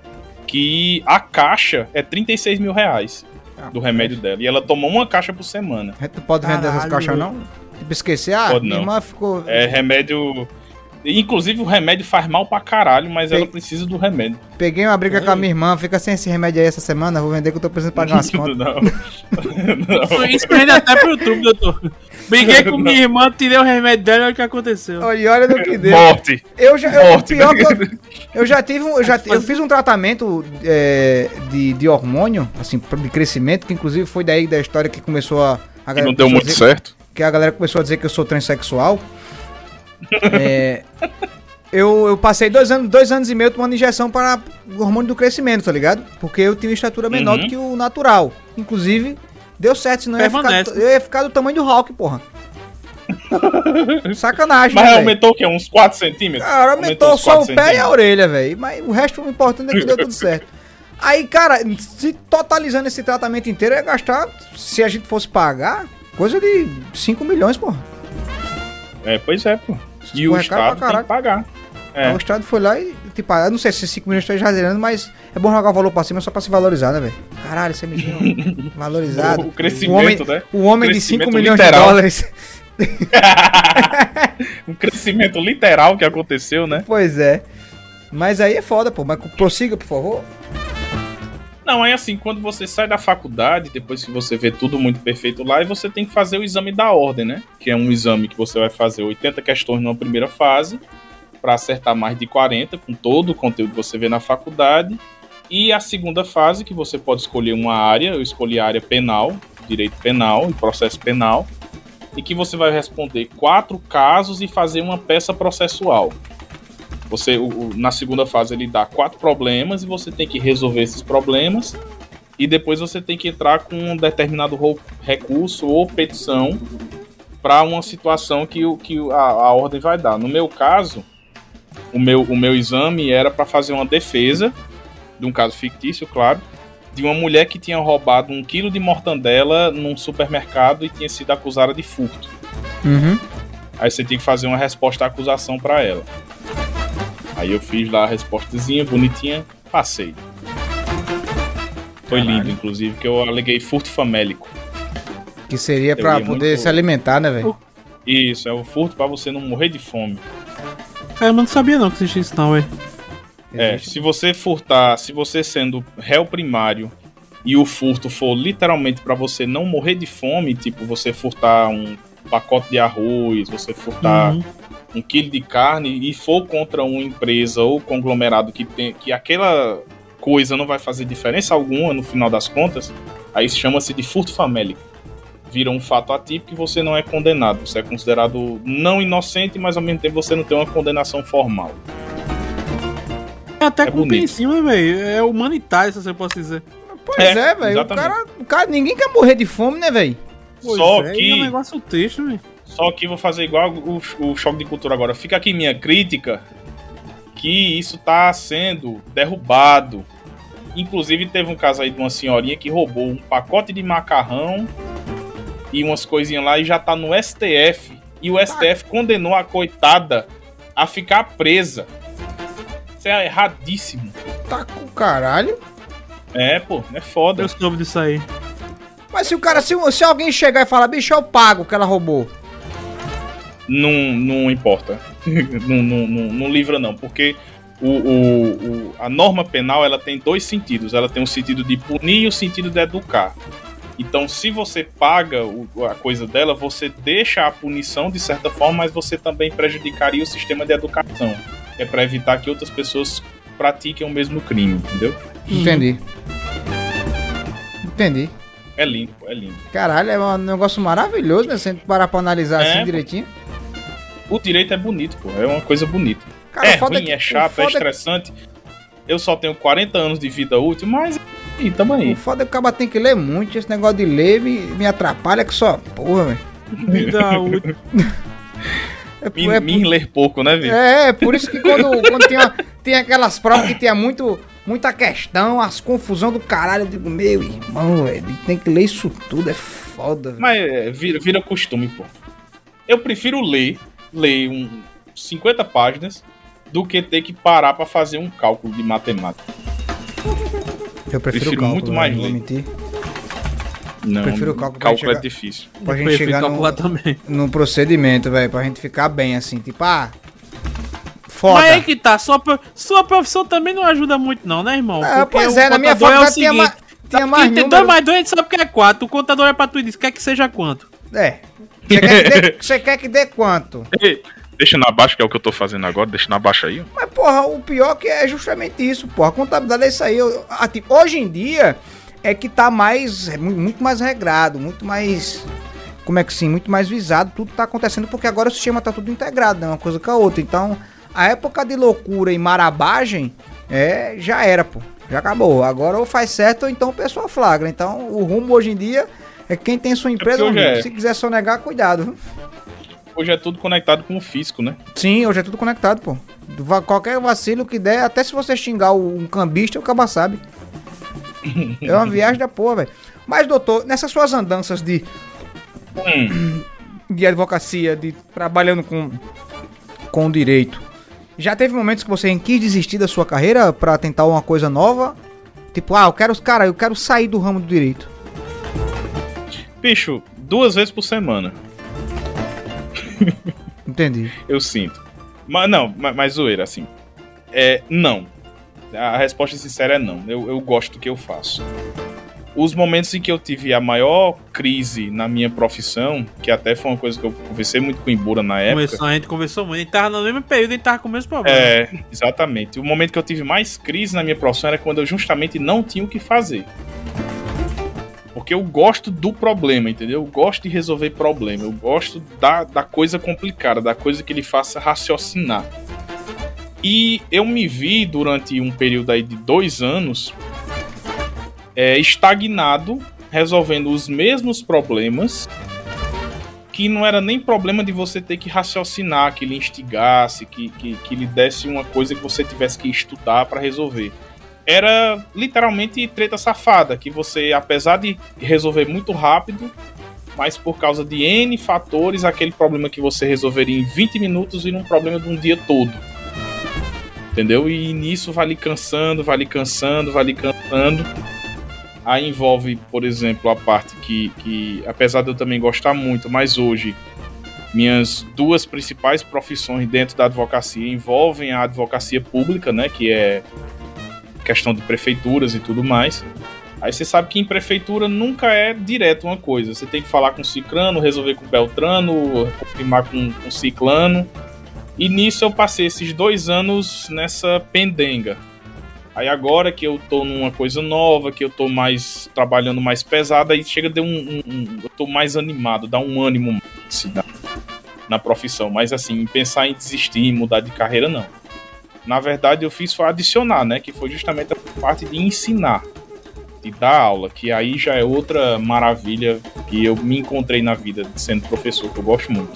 que a caixa é trinta e seis mil reais Ah, do remédio dela. E ela tomou uma caixa por semana. A gente não pode vender essas Caralho. caixas, não? Tipo, esquecer, ah, Pode minha não. irmã ficou... É remédio... Inclusive o remédio faz mal pra caralho, mas ela Tem- precisa do remédio. Peguei uma briga É. com a minha irmã, fica sem esse remédio aí essa semana, vou vender que eu tô precisando pagar umas contas. Não. Isso, isso rende até pro YouTube, doutor. Briguei com minha irmã, tirei o remédio dela e olha o que aconteceu. Olha, e olha no que deu. Morte. Eu já, eu, Morte. pior que eu, eu já tive um, eu já eu fiz um tratamento é, de, de hormônio, assim, de crescimento, que inclusive foi daí da história que começou a, a Que não começou deu a muito dizer- certo. que a galera começou a dizer que eu sou transexual. É, eu, eu passei dois anos, dois anos e meio tomando injeção para o hormônio do crescimento, tá ligado? Porque eu tinha uma estatura menor Uhum. do que o natural. Inclusive, deu certo, senão eu ia, ficar, Permanece. eu ia ficar do tamanho do Hulk, porra. Sacanagem, Mas né, velho? aumentou o quê? Uns quatro centímetros? Cara, aumentou uns só o quatro pé e a centímetros. orelha, velho. Mas o resto, o importante é que deu tudo certo. Aí, cara, se totalizando esse tratamento inteiro, ia gastar, se a gente fosse pagar, coisa de cinco milhões, porra. É, pois é, pô. E porra o é caro pra Estado tem caralho. que pagar. Aí É. o Estado foi lá e, tipo, eu não sei se cinco milhões tá exagerando, mas é bom jogar o valor pra cima só pra se valorizar, né, velho? Caralho, esse é medinho valorizado. O crescimento, o homem, né? O homem de Crescimento cinco milhões literal. de dólares. Um crescimento literal que aconteceu, né? Pois é. Mas aí é foda, pô. Mas prossiga, por favor. Não, é assim, quando você sai da faculdade, depois que você vê tudo muito perfeito lá, e você tem que fazer o exame da ordem, né? Que é um exame que você vai fazer oitenta questões numa primeira fase, para acertar mais de quarenta, com todo o conteúdo que você vê na faculdade. E a segunda fase, que você pode escolher uma área, eu escolhi a área penal, direito penal e processo penal, e que você vai responder quatro casos e fazer uma peça processual. Você, o, o, na segunda fase, ele dá quatro problemas e você tem que resolver esses problemas. E depois você tem que entrar com um determinado ro- recurso ou petição para uma situação que, o, que a, a ordem vai dar. No meu caso, o meu, o meu exame era para fazer uma defesa, de um caso fictício, claro, de uma mulher que tinha roubado um quilo de mortandela num supermercado e tinha sido acusada de furto. Uhum. Aí você tinha que fazer uma resposta à acusação para ela. Aí eu fiz lá a respostazinha, bonitinha, passei. Foi Caralho. lindo, inclusive, que eu aleguei furto famélico. Que seria Eu pra ia poder muito- se alimentar, né, velho? Isso, é o furto para você não morrer de fome. Cara, eu não sabia não que existia isso não, velho. É, se você furtar, se você sendo réu primário e o furto for literalmente para você não morrer de fome, tipo você furtar um pacote de arroz, você furtar Uhum. um quilo de carne e for contra uma empresa ou conglomerado que tem que aquela coisa não vai fazer diferença alguma no final das contas, aí chama-se de furto famélico. Vira um fato atípico e você não é condenado. Você é considerado não inocente, mas ao mesmo tempo você não tem uma condenação formal. É até É com o pé em bonito. cima, velho. É humanitário, se você pode dizer. Pois É, é, velho. O exatamente. cara, o cara, ninguém quer morrer de fome, né, velho? Pois Só é, que- e é um negócio triste, velho. Só que vou fazer igual o, o choque de cultura agora. Fica aqui minha crítica que isso tá sendo derrubado. Inclusive teve um caso aí de uma senhorinha que roubou um pacote de macarrão e umas coisinhas lá e já tá no S T F. E o S T F condenou a coitada a ficar presa. Isso é erradíssimo. Tá com caralho. É, pô, é foda. Eu soube disso aí. Mas se o cara, se, se alguém chegar e falar, bicho, eu pago o que ela roubou. Não, não importa. não, não, não, não livra, não. Porque o, o, o- a norma penal ela tem dois sentidos. Ela tem o sentido de punir e o sentido de educar. Então, se você paga o- a coisa dela, você deixa a punição de certa forma, mas você também prejudicaria o sistema de educação. É para evitar que outras pessoas pratiquem o mesmo crime, entendeu? Entendi. Entendi. É lindo, pô, é lindo. Caralho, é um negócio maravilhoso, né? Se a gente parar pra analisar É, assim pô. direitinho. O direito é bonito, pô. É uma coisa bonita. Cara, é o foda ruim, que- é o chato, é foda que- estressante. Eu só tenho quarenta anos de vida útil, mas e tamo aí. O foda é que o cara tem que ler muito. Esse negócio de ler me, me atrapalha que só. Porra, velho. Vida útil. É, por- Me, é, me ler pouco, né, por- Vitor? é, é por isso que quando, quando tem, uma- tem aquelas provas que tem muito, muita questão, as confusão do caralho, eu digo, meu irmão, velho, tem que ler isso tudo, é foda, velho. Mas é, vira, vira costume, pô. Eu prefiro ler, ler um cinquenta páginas, do que ter que parar pra fazer um cálculo de matemática. Eu prefiro, prefiro cálculo, muito mais não vou ler. mentir. Não, prefiro cálculo pra cálculo é chegar- difícil. Pra Eu gente prefiro chegar calcular no, também. no procedimento, velho, pra gente ficar bem, assim, tipo, ah... Foda. Mas aí que tá, sua, pro- sua profissão também não ajuda muito não, né, irmão? Ah, Porque pois o é, na minha contador faculdade tinha, ma tinha mais Tem dois número. mais dois, a gente sabe que é quatro. O contador é pra tu e diz, quer que seja quanto? É. Você quer, que dê, você quer que dê quanto? Ei, deixa na baixa, que é o que eu tô fazendo agora, deixa na baixa aí. Mas, porra, o pior que é justamente isso, porra. A contabilidade é isso aí. Eu- ah, tipo, hoje em dia é que tá mais, é mu- muito mais regrado, muito mais, como é que sim, muito mais visado. Tudo tá acontecendo porque agora o sistema tá tudo integrado, né? Uma coisa com a outra. Então, a época de loucura e marabagem, é, já era, pô. Já acabou. Agora ou faz certo ou então o pessoal flagra. Então, o rumo hoje em dia é quem tem sua empresa. porque hoje amigo. é- Se quiser sonegar, cuidado, viu? Hoje é tudo conectado com o físico, né? Sim, hoje é tudo conectado, pô. Va- Qualquer vacilo que der, até se você xingar o- um cambista, o caba sabe. É uma viagem da porra, velho. Mas, doutor, nessas suas andanças de, Hum, de advocacia, de trabalhando com, com o direito, já teve momentos que você quis desistir da sua carreira pra tentar uma coisa nova? Tipo, ah, eu quero, cara, eu quero sair do ramo do direito. bicho, duas vezes por semana, Entendi. eu sinto. Mas não, mas, mas zoeira, assim. É, não. A resposta sincera é não. Eu, eu gosto do que eu faço. Os momentos em que eu tive a maior crise na minha profissão, que até foi uma coisa que eu conversei muito com o Ibura na época. Começou, a gente conversou muito, a gente tava no mesmo período, a gente tava com o mesmo problema. É, exatamente. O momento que eu tive mais crise na minha profissão era quando eu justamente não tinha o que fazer. Porque eu gosto do problema, entendeu? Eu gosto de resolver problema. Eu gosto da, da coisa complicada, da coisa que lhe faça raciocinar. E eu me vi durante um período aí de dois anos é, estagnado, resolvendo os mesmos problemas, que não era nem problema de você ter que raciocinar, que lhe instigasse, que, que, que lhe desse uma coisa que você tivesse que estudar para resolver. Era literalmente treta safada, que você, apesar de resolver muito rápido, mas por causa de N fatores, aquele problema que você resolveria em vinte minutos vira um problema de um dia todo. Entendeu? E nisso vai lhe cansando, vai lhe cansando, vai lhe cansando. Aí envolve, por exemplo, a parte que, que, apesar de eu também gostar muito, mas hoje minhas duas principais profissões dentro da advocacia envolvem a advocacia pública, né, que é questão de prefeituras e tudo mais. Aí você sabe que em prefeitura nunca é direto uma coisa. Você tem que falar com o ciclano, resolver com o beltrano, confirmar com o ciclano. E nisso eu passei esses dois anos nessa pendenga. Aí agora que eu tô numa coisa nova, que eu tô mais trabalhando mais pesado, aí chega de um, um, um eu tô mais animado, dá um ânimo assim, na, na profissão. Mas assim, pensar em desistir, em mudar de carreira, não. Na verdade, eu fiz foi adicionar, né? Que foi justamente a parte de ensinar, de dar aula, que aí já é outra maravilha que eu me encontrei na vida sendo professor, que eu gosto muito.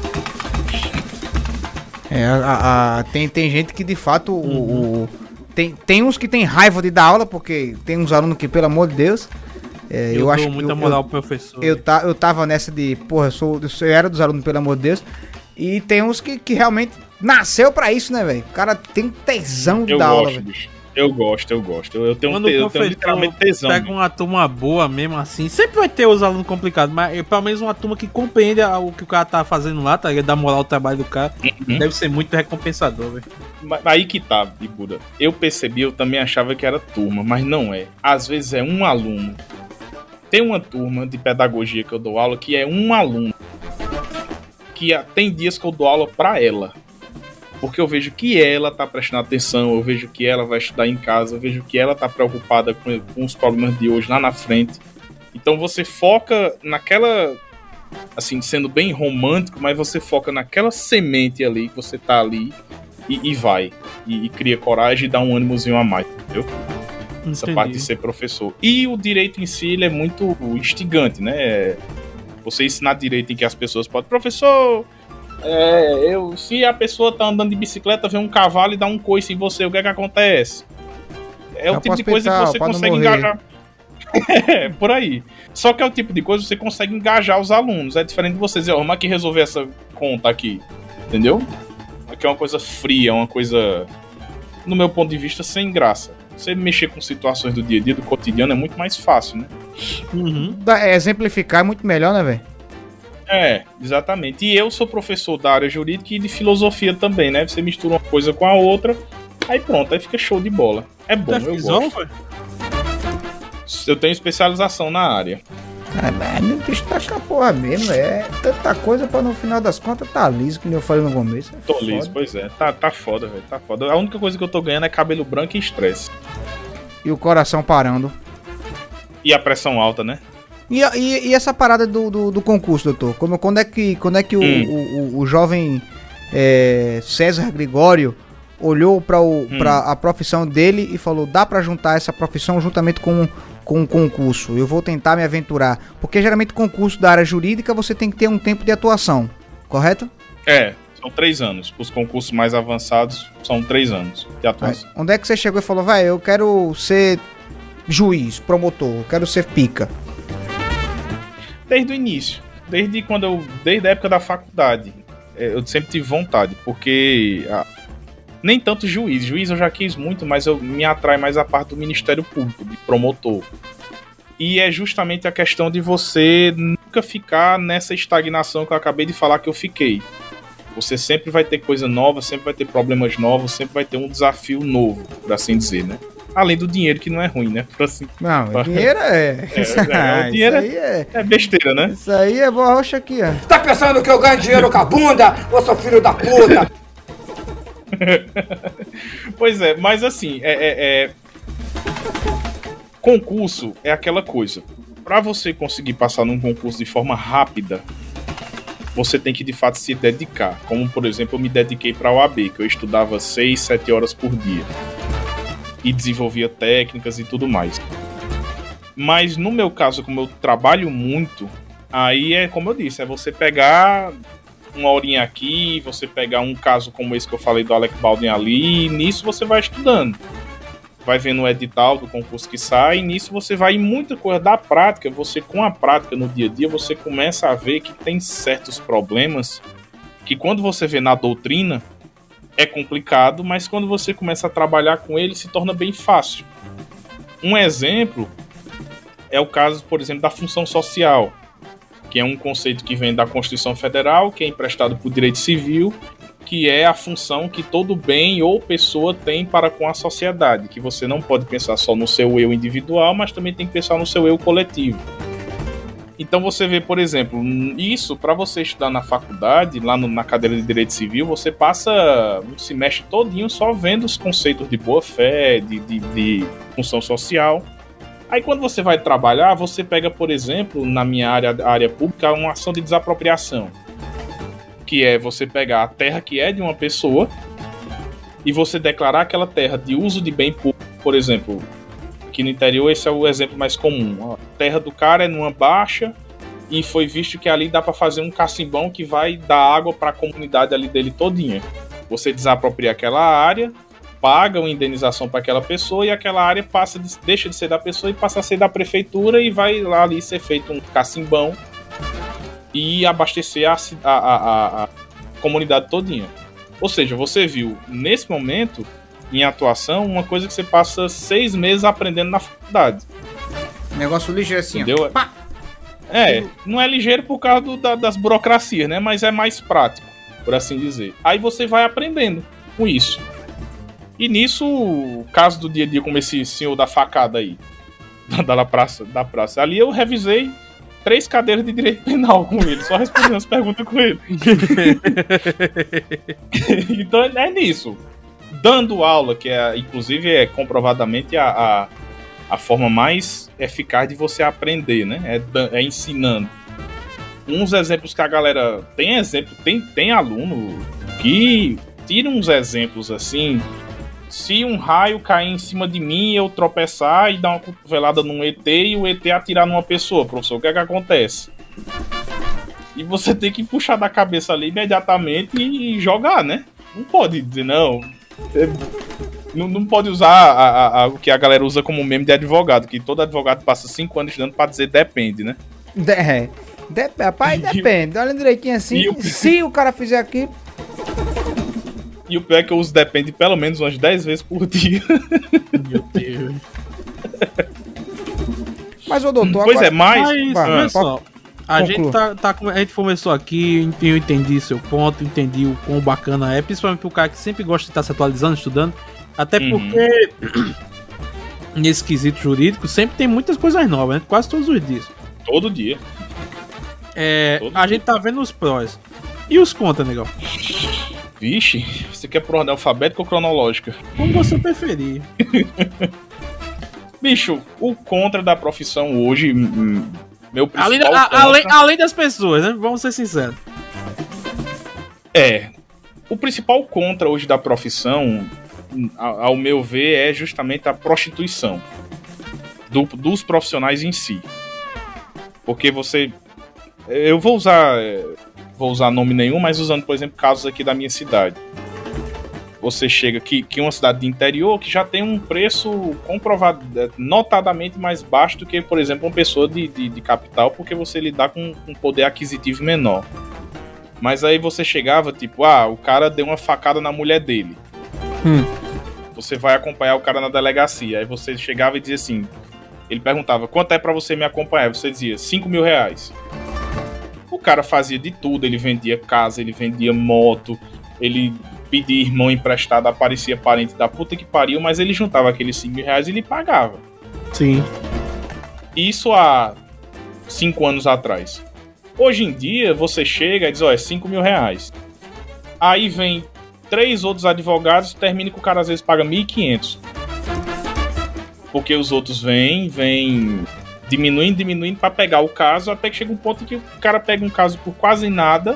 É, a, a- a- tem, tem gente que de fato o, o- tem, tem uns que tem raiva de dar aula, porque tem uns alunos que, pelo amor de Deus, é, eu, eu, dou acho que muita eu, moral eu, pro professor. eu, ta, eu tava nessa de, porra, eu, sou, eu sou- eu era dos alunos, pelo amor de Deus, e tem uns que, que realmente nasceu pra isso, né, velho? O cara tem tesão de Eu dar aula, gosto, velho. bicho. Eu gosto, eu gosto. Eu, eu tenho, Quando te- o eu tenho professor literalmente tesão. pega bicho. uma turma boa mesmo assim, sempre vai ter os alunos complicados, mas eh, pelo menos uma turma que compreende a- o que o cara tá fazendo lá, tá ligado? Dá moral ao trabalho do cara, Uhum. deve ser muito recompensador, velho. Mas aí que tá, Ibura. Eu percebi, eu também achava que era turma, mas não é. Às vezes é um aluno. Tem uma turma de pedagogia que eu dou aula que é um aluno. Que ah, tem dias que eu dou aula pra ela. Porque eu vejo que ela tá prestando atenção, eu vejo que ela vai estudar em casa, eu vejo que ela tá preocupada com, com os problemas de hoje lá na frente. Então você foca naquela, assim, sendo bem romântico, mas você foca naquela semente ali, que você tá ali e, e vai. E, e cria coragem e dá um ânimozinho a mais, entendeu? Essa Entendi. parte de ser professor. E o direito em si, ele é muito instigante, né? Você ensinar direito em que as pessoas podem... Professor... É, eu, se a pessoa tá andando de bicicleta, vê um cavalo e dá um coice em você, o que é que acontece? É Vai o tipo pro de coisa que hospital, você pra não consegue morrer. engajar. É, por aí. Só que é o tipo de coisa que você consegue engajar os alunos. É diferente de você dizer, ó, vamos aqui resolver essa conta aqui. Entendeu? Aqui é uma coisa fria, uma coisa, no meu ponto de vista, sem graça. Você mexer com situações do dia a dia, do cotidiano, é muito mais fácil, né? Uhum. Da- é, exemplificar é muito melhor, né, velho? É, exatamente. E eu sou professor da área jurídica e de filosofia também, né? Você mistura uma coisa com a outra, aí pronto, aí fica show de bola. É bom, Tu é eu fisão, gosto. velho? Eu tenho especialização na área. Ah, mas não destaca a porra mesmo, é tanta coisa pra no final das contas tá liso, que nem eu falei no começo. É Tô foda. liso, pois é. Tá, tá foda, velho, tá foda. A única coisa que eu tô ganhando é cabelo branco e estresse. E o coração parando. E a pressão alta, né? E, a- e- e essa parada do, do, do concurso, doutor? Como, quando é que, quando é que o, Hum. o, o, o jovem é, César Gregório olhou pra, o, Hum. pra a profissão dele e falou, dá pra juntar essa profissão juntamente com, com o concurso? Eu vou tentar me aventurar. Porque geralmente concurso da área jurídica você tem que ter um tempo de atuação, correto? É, são três anos. Os concursos mais avançados são três anos de Aí, atuação. onde é que você chegou e falou, vai, eu quero ser juiz, promotor, eu quero ser pica? Desde o início. Desde quando eu. Desde a época da faculdade. é, Eu sempre tive vontade, porque. ah, nem tanto juiz. Juiz eu já quis muito, mas eu me atrai mais a parte do Ministério Público, de promotor. E é justamente a questão de você nunca ficar nessa estagnação que eu acabei de falar que eu fiquei. Você sempre vai ter coisa nova, sempre vai ter problemas novos, sempre vai ter um desafio novo, por assim dizer, né? Além do dinheiro, que não é ruim, né? Por assim. Não, o dinheiro é... É, é, o dinheiro isso aí é... É besteira, né? Isso aí é boa roxa aqui, ó. Tá pensando que eu ganho dinheiro com a bunda? Ô, seu filho da puta! Pois é, mas assim, é, é- é- concurso é aquela coisa. Pra você conseguir passar num concurso de forma rápida, você tem que de fato se dedicar. Como, por exemplo, eu me dediquei para a O A B, que eu estudava seis, sete horas por dia. E desenvolvia técnicas e tudo mais. Mas no meu caso, como eu trabalho muito, aí é como eu disse, é você pegar uma horinha aqui, você pegar um caso como esse que eu falei do Alec Baldwin ali, e nisso você vai estudando. Vai vendo o edital do concurso que sai, e nisso você vai em muita coisa da prática. Você, com a prática no dia a dia, você começa a ver que tem certos problemas que quando você vê na doutrina é complicado, mas quando você começa a trabalhar com ele se torna bem fácil. Um exemplo é o caso, por exemplo, da função social, que é um conceito que vem da Constituição Federal, que é emprestado por direito civil, que é a função que todo bem ou pessoa tem para com a sociedade, que você não pode pensar só no seu eu individual, mas também tem que pensar no seu eu coletivo. Então você vê, por exemplo, isso para você estudar na faculdade, lá no, na cadeira de Direito Civil, você passa um semestre todinho só vendo os conceitos de boa-fé, de, de, de função social. Aí quando você vai trabalhar, você pega, por exemplo, na minha área, área pública, uma ação de desapropriação, que é você pegar a terra que é de uma pessoa e você declarar aquela terra de uso de bem público. Por exemplo, aqui no interior esse é o exemplo mais comum. A terra do cara é numa baixa e foi visto que ali dá para fazer um cacimbão que vai dar água para a comunidade ali dele todinha. Você desapropria aquela área, paga uma indenização para aquela pessoa e aquela área passa de, deixa de ser da pessoa e passa a ser da prefeitura e vai lá ali ser feito um cacimbão e abastecer a, a, a, a comunidade todinha. Ou seja, você viu nesse momento em atuação uma coisa que você passa seis meses aprendendo na faculdade. Negócio ligeiro assim, Entendeu? ó. Pá! É, não é ligeiro por causa do, da, das burocracias, né? Mas é mais prático, por assim dizer. Aí você vai aprendendo com isso. E nisso, o caso do dia a dia, como esse senhor da facada aí, da, da, praça, da praça, ali eu revisei três cadeiras de direito penal com ele, só respondendo as perguntas com ele. Então é nisso. Dando aula, que é, inclusive é comprovadamente a, a, a forma mais eficaz de você aprender, né? É, é ensinando. Uns exemplos que a galera tem exemplo, tem, tem aluno que tira uns exemplos assim. Se um raio cair em cima de mim, eu tropeçar e dar uma cotovelada num E T e o E T atirar numa pessoa, professor, o que é que acontece? E você tem que puxar da cabeça ali imediatamente e jogar, né? Não pode dizer, não. Não, não pode usar a, a, a, o que a galera usa como meme de advogado, que todo advogado passa cinco anos estudando pra dizer depende, né? De, é. De, rapaz, depende. Olha direitinho assim. E o- Se o cara fizer aqui. E o pior é que eu uso depende pelo menos umas dez vezes por dia. Meu Deus. Mas, ô doutor, Pois agora... é, mas... Mas, Vai, olha só. A conclua. gente, tá, tá, a gente começou aqui, eu entendi seu ponto, entendi o quão bacana é, principalmente pro cara que sempre gosta de estar se atualizando, estudando. Até Uhum. porque, nesse quesito jurídico, sempre tem muitas coisas novas, né? Quase todos os dias. Todo dia. É, Todo a dia. gente tá vendo os prós. E os contras, negão? Vixe, você quer por ordem alfabética ou cronológica? Como você preferir. Bicho, o contra da profissão hoje, hum, meu Além, principal a- contra além, além das pessoas, né? Vamos ser sinceros. é... O principal contra hoje da profissão, a- ao meu ver, é justamente a prostituição do- dos profissionais em si. Porque você... Eu vou usar... é, Vou usar nome nenhum, mas usando, por exemplo, casos aqui da minha cidade. Você chega aqui, que é uma cidade de interior que já tem um preço comprovado, notadamente mais baixo do que, por exemplo, uma pessoa de, de, de capital, porque você lidar com um poder aquisitivo menor. Mas aí você chegava, tipo, ah, o cara deu uma facada na mulher dele. Hum. Você vai acompanhar o cara na delegacia. Aí você chegava e dizia assim, ele perguntava, quanto é pra você me acompanhar? Você dizia, cinco mil reais. O cara fazia de tudo, ele vendia casa, ele vendia moto, ele pedia irmão emprestado, aparecia parente da puta que pariu, mas ele juntava aqueles cinco mil reais e ele pagava. Sim. Isso há cinco anos atrás. Hoje em dia, você chega e diz, ó, é cinco mil reais. Aí vem três outros advogados, termina que o cara às vezes paga mil e quinhentos. Porque os outros vêm, vêm diminuindo, diminuindo pra pegar o caso, até que chega um ponto que o cara pega um caso por quase nada,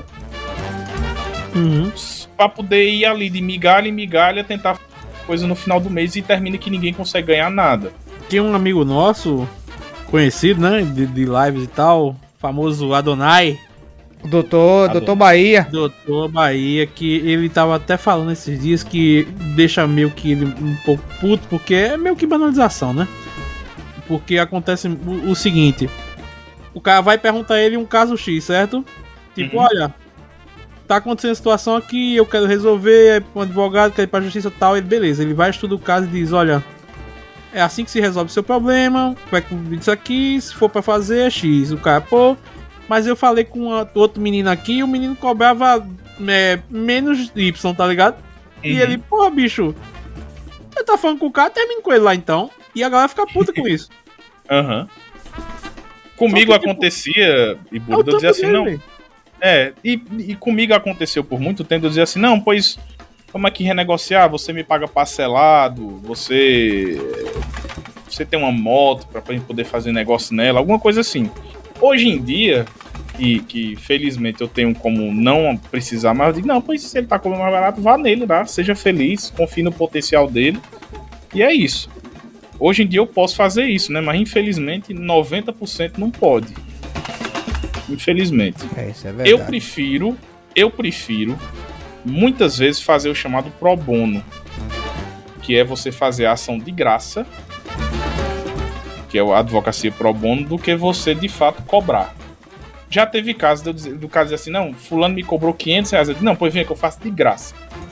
Uhum. pra poder ir ali de migalha em migalha, tentar coisa no final do mês e termina que ninguém consegue ganhar nada. Tinha um amigo nosso, conhecido, né? De, de lives e tal, famoso Adonai, O doutor, Tá doutor bom. Bahia. doutor Bahia, que ele tava até falando esses dias que deixa meio que ele um pouco puto, porque é meio que banalização, né? Porque acontece o, o seguinte: o cara vai perguntar a ele um caso X, certo? Tipo, Uhum. olha, tá acontecendo a situação aqui, eu quero resolver, é um advogado, quero ir pra justiça e tal. Ele, beleza, ele vai estudar o caso e diz: olha, é assim que se resolve o seu problema, vai cumprir isso aqui, se for pra fazer é X. O cara, pô, mas eu falei com a- outro menino aqui e o menino cobrava é, menos Y, tá ligado? E Uhum. ele, porra, bicho, você tá falando com o cara, termina com ele lá então. E a galera fica puta com isso. Aham. Comigo Só que, tipo, acontecia, e É o Buda trampo dizia assim, dele, não, velho. é, e, e comigo aconteceu por muito tempo, eu dizia assim, não, pois, vamos aqui renegociar, você me paga parcelado, você você tem uma moto pra gente poder fazer negócio nela, alguma coisa assim. Hoje em dia, e que felizmente eu tenho como não precisar mais, eu digo, não, pois se ele tá cobrando mais barato, vá nele, tá? Seja feliz, confie no potencial dele, e é isso. Hoje em dia eu posso fazer isso, né? Mas infelizmente noventa por cento não pode. Infelizmente. É, isso é verdade. Eu prefiro, eu prefiro muitas vezes fazer o chamado pro bono, que é você fazer a ação de graça, que é a advocacia pro bono, do que você de fato cobrar. Já teve casos de eu dizer- do caso dizer assim, não, fulano me cobrou quinhentos reais, eu disse, não, pois vem que eu faço de graça.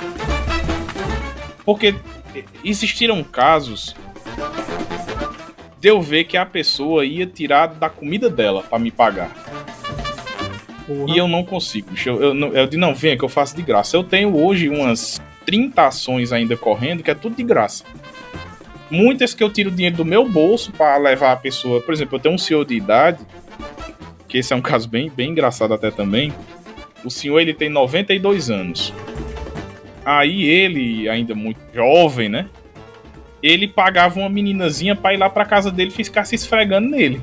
Porque existiram casos de eu ver que a pessoa ia tirar da comida dela pra me pagar. Porra. E eu não consigo. bicho. Eu, eu, não- eu digo, não, venha que eu faço de graça. Eu tenho hoje umas trinta ações ainda correndo, que é tudo de graça. Muitas que eu tiro dinheiro do meu bolso pra levar a pessoa. Por exemplo, eu tenho um senhor de idade, que esse é um caso bem, bem engraçado até também. O senhor, ele tem noventa e dois anos. Aí ele, ainda muito jovem, né? Ele pagava uma meninazinha pra ir lá pra casa dele e ficar se esfregando nele.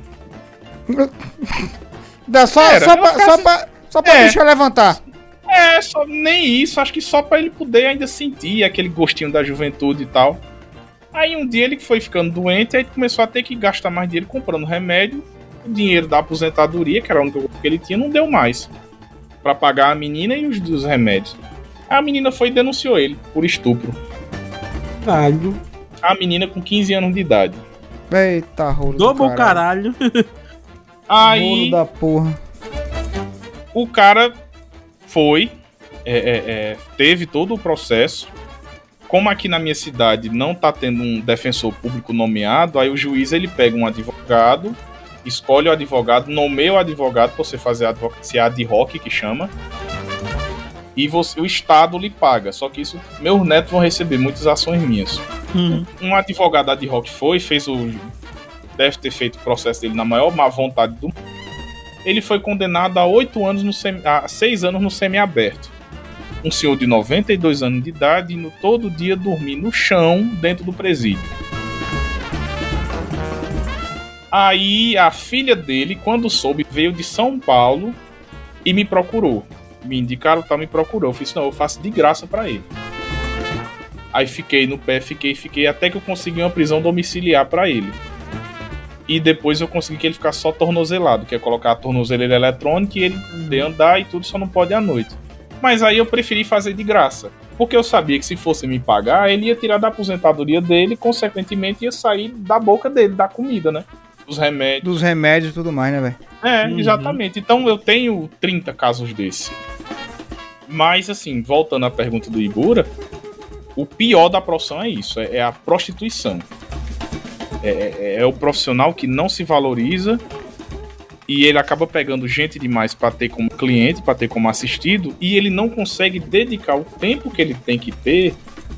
Dá só, Era, só, eu pra, ficasse- só, pra, só pra É. bicho levantar. É, só, nem isso, acho que só pra ele poder ainda sentir aquele gostinho da juventude e tal. Aí um dia ele foi ficando doente, aí ele começou a ter que gastar mais dinheiro comprando remédio. O dinheiro da aposentadoria, que era a única coisa que ele tinha, não deu mais pra pagar a menina e os dos remédios. A menina foi e denunciou ele por estupro. Caralho. A menina com quinze anos de idade. Eita, rolo do Double caralho. caralho. Rolo Aí da porra. o cara foi, é, é, é, teve todo o processo. Como aqui na minha cidade não tá tendo um defensor público nomeado, aí o juiz ele pega um advogado, escolhe o advogado, nomeia o advogado pra você fazer a advocacia ad hoc, que chama, e você, o Estado lhe paga. Só que isso, meus netos vão receber muitas ações minhas. Uhum. Um advogado ad hoc foi, fez o... deve ter feito o processo dele na maior má vontade do mundo. Ele foi condenado a oito anos no semi, a seis anos no semiaberto. Um senhor de noventa e dois anos de idade indo todo dia dormir no chão dentro do presídio. Aí a filha dele, quando soube, veio de São Paulo e me procurou. Me indicaram, tá, me procurou. Eu fiz, não, eu faço de graça pra ele. Aí fiquei no pé, fiquei, fiquei, até que eu consegui uma prisão domiciliar pra ele. E depois eu consegui que ele ficasse só tornozelado, que é colocar a tornozeleira eletrônica e ele poder andar e tudo, só não pode à noite. Mas aí eu preferi fazer de graça, porque eu sabia que se fosse me pagar, ele ia tirar da aposentadoria dele e, consequentemente, ia sair da boca dele, da comida, né? Dos remédios. Dos remédios e tudo mais, né, velho? É, Uhum. exatamente. Então eu tenho trinta casos desse. Mas, assim, voltando à pergunta do Ibura, o pior da profissão é isso, é, é a prostituição. É, é, é o profissional que não se valoriza e ele acaba pegando gente demais para ter como cliente, para ter como assistido, e ele não consegue dedicar o tempo que ele tem que ter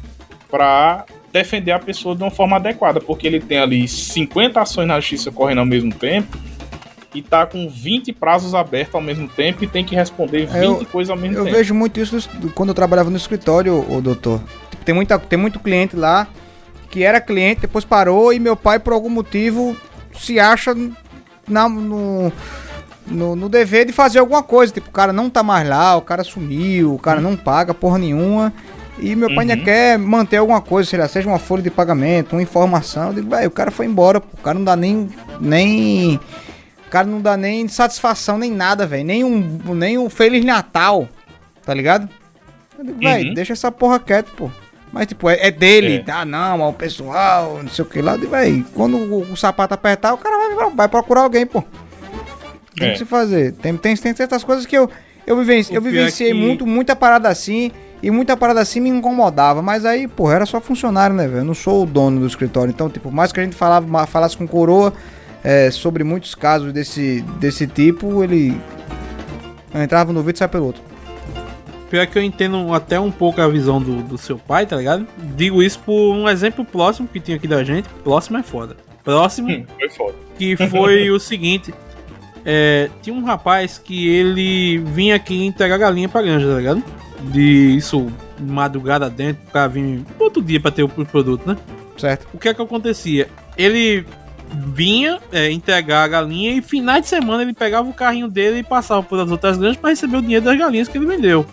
para defender a pessoa de uma forma adequada, porque ele tem ali cinquenta ações na justiça correndo ao mesmo tempo e tá com vinte prazos abertos ao mesmo tempo e tem que responder vinte Eu- coisas ao mesmo Eu tempo. vejo muito isso no- quando eu trabalhava no escritório, ô doutor. Tipo, Tem, muita, tem muito cliente lá que era cliente, depois parou e meu pai, por algum motivo, se acha na, no, no, no dever de fazer alguma coisa. Tipo, o cara não tá mais lá, o cara sumiu, o cara não paga porra nenhuma. E meu pai ainda Uhum. quer manter alguma coisa, sei lá, seja uma folha de pagamento, uma informação. Eu digo, velho, o cara foi embora, pô, o cara não dá nem. nem o cara não dá nem satisfação, nem nada, velho. Nem um, nem um Feliz Natal, tá ligado? Eu digo, velho, Uhum. deixa essa porra quieto, pô. Mas, tipo, é, é dele, É. ah, não, é o pessoal, não sei o que lá. Eu digo, velho, quando o, o sapato apertar, o cara vai, vai procurar alguém, pô. Tem É. que se fazer. Tem, tem, tem certas coisas que eu, eu, vivenci, O eu pior é vivenciei que- muito, muita parada assim. E muita parada assim me incomodava. Mas aí, porra, era só funcionário, né, velho? Eu não sou o dono do escritório. Então, tipo, mais que a gente falava, falasse com coroa é, sobre muitos casos desse, desse tipo, ele entrava no ouvido e saia pelo outro. Pior que eu entendo até um pouco a visão do, do seu pai, tá ligado? Digo isso por um exemplo próximo que tinha aqui da gente. Próximo é foda. Próximo, Hum, foi foda. que foi o seguinte. É, tinha um rapaz que ele vinha aqui entregar galinha pra granja, tá ligado? De isso, madrugada dentro, pra vir outro dia pra ter o produto, né? Certo? O que é que acontecia? Ele vinha é, entregar a galinha e finais de semana ele pegava o carrinho dele e passava por as outras granjas pra receber o dinheiro das galinhas que ele vendeu.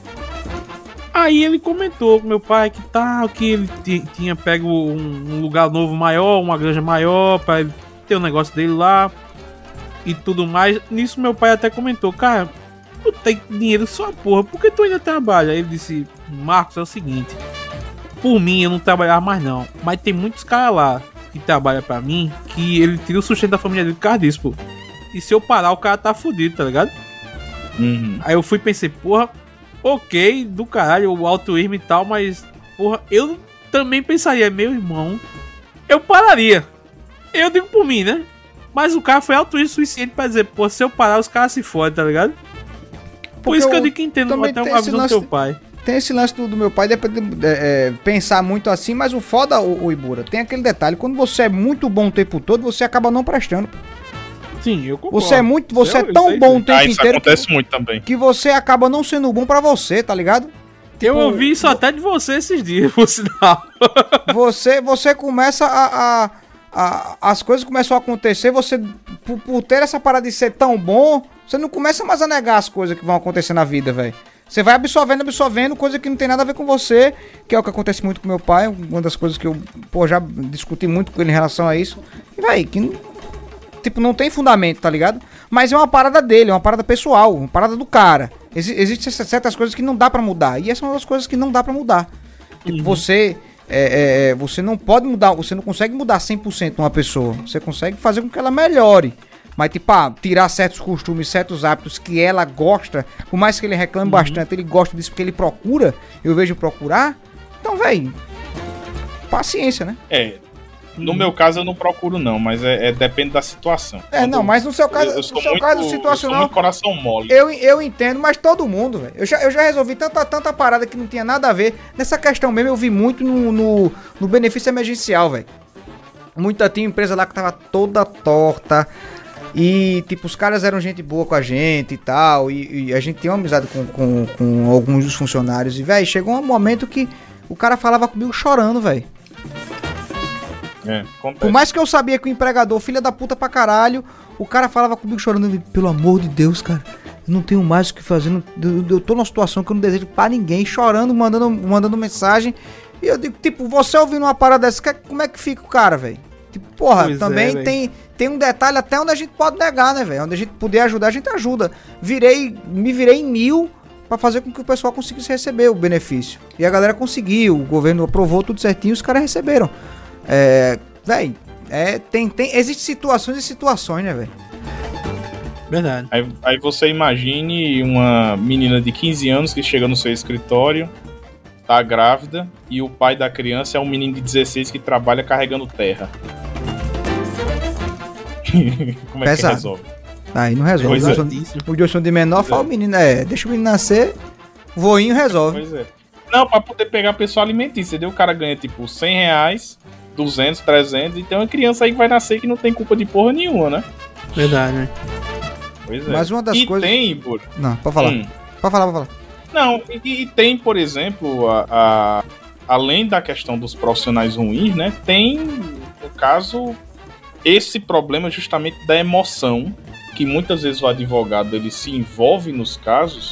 Aí ele comentou com meu pai que tal, que ele t- tinha pego um, um lugar novo maior, uma granja maior, pra ele ter o negócio dele lá e tudo mais. Nisso meu pai até comentou, cara, tu tem dinheiro só porra, por que tu ainda trabalha? Aí ele disse, Marcos, é o seguinte, por mim eu não trabalhava mais não, mas tem muitos caras lá que trabalham pra mim que ele tira o sustento da família dele por causa disso, pô. E se eu parar, o cara tá fudido, tá ligado? Uhum. Aí eu fui e pensei, porra, ok, do caralho, o altruísmo e tal, mas, porra, eu também pensaria, meu irmão, eu pararia. Eu digo por mim, né? Mas o cara foi altruísta o suficiente pra dizer, pô, se eu parar, os caras se fodem, tá ligado? Por Porque isso que eu eu digo que entendo também até tenho uma esse visão do lance teu de- pai. Tem esse lance do, do meu pai, depende de é, é, pensar muito assim, mas o foda, o, o Ibura, tem aquele detalhe, quando você é muito bom o tempo todo, você acaba não prestando. Sim, eu concordo. Você é muito, você Eu- é eu tão sei bom o disso. tempo Ah, isso inteiro acontece que, muito também. que você acaba não sendo bom pra você, tá ligado? Eu Tipo, ouvi isso até de você esses dias, por sinal. Você, você começa a, a, a- As coisas começam a acontecer, você, por, por ter essa parada de ser tão bom, você não começa mais a negar as coisas que vão acontecer na vida, velho. Você vai absorvendo, absorvendo, coisa que não tem nada a ver com você, que é o que acontece muito com meu pai, uma das coisas que eu, pô, já discuti muito com ele em relação a isso. E, velho, que não- tipo, não tem fundamento, tá ligado? Mas é uma parada dele, é uma parada pessoal, uma parada do cara. Exi Existem certas coisas que não dá pra mudar, e essa é uma das coisas que não dá pra mudar. Tipo, você, é, é, você não pode mudar, você não consegue mudar cem por cento uma pessoa, você consegue fazer com que ela melhore. Mas, tipo, ah, tirar certos costumes, certos hábitos que ela gosta, por mais que ele reclame uhum. bastante, ele gosta disso porque ele procura, eu vejo procurar. Então, velho, paciência, né? É. No meu caso eu não procuro não, mas é, é depende da situação. É, Quando não, mas no seu caso, eu, eu no seu muito, caso situacional, eu sou muito coração mole. Eu, eu entendo, mas todo mundo, velho. Eu já, eu já resolvi tanta, tanta parada que não tinha nada a ver. Nessa questão mesmo eu vi muito no, no, no benefício emergencial, velho. Muita tinha empresa lá que tava toda torta. E, tipo, os caras eram gente boa com a gente e tal. E, e a gente tinha uma amizade com, com, com alguns dos funcionários. E, velho, chegou um momento que o cara falava comigo chorando, velho. É, Por mais que eu sabia que o empregador, filha da puta pra caralho, o cara falava comigo chorando, pelo amor de Deus, cara, eu não tenho mais o que fazer, não, eu, eu tô numa situação que eu não desejo pra ninguém, chorando, mandando, mandando mensagem, e eu digo, tipo, você ouvindo uma parada dessa, como é que fica o cara, velho? Tipo, porra, pois também é, tem, tem um detalhe até onde a gente pode negar, né, velho? Onde a gente puder ajudar, a gente ajuda. Virei, me virei em mil pra fazer com que o pessoal conseguisse receber o benefício. E a galera conseguiu, o governo aprovou tudo certinho, os caras receberam. É, véi, é, tem, tem, existem situações e situações, né, velho? Verdade. Aí, aí você imagine uma menina de quinze anos que chega no seu escritório, tá grávida, e o pai da criança é um menino de dezesseis que trabalha carregando terra. Como é Pesado. que resolve? Aí não resolve. Os dois são de menor, fala o menino, é, deixa o menino nascer, o voinho resolve. Pois é. Não, pra poder pegar a pessoa alimentícia, entendeu? O cara ganha, tipo, cem reais, duzentos, trezentos, e tem uma criança aí que vai nascer que não tem culpa de porra nenhuma, né? Verdade, né? Pois é. Mas uma das e coisas... tem, por... Não, pode falar. Hum. Pode falar, pode falar. Não, e, e tem, por exemplo, a, a, além da questão dos profissionais ruins, né? Tem, no caso, esse problema justamente da emoção, que muitas vezes o advogado ele se envolve nos casos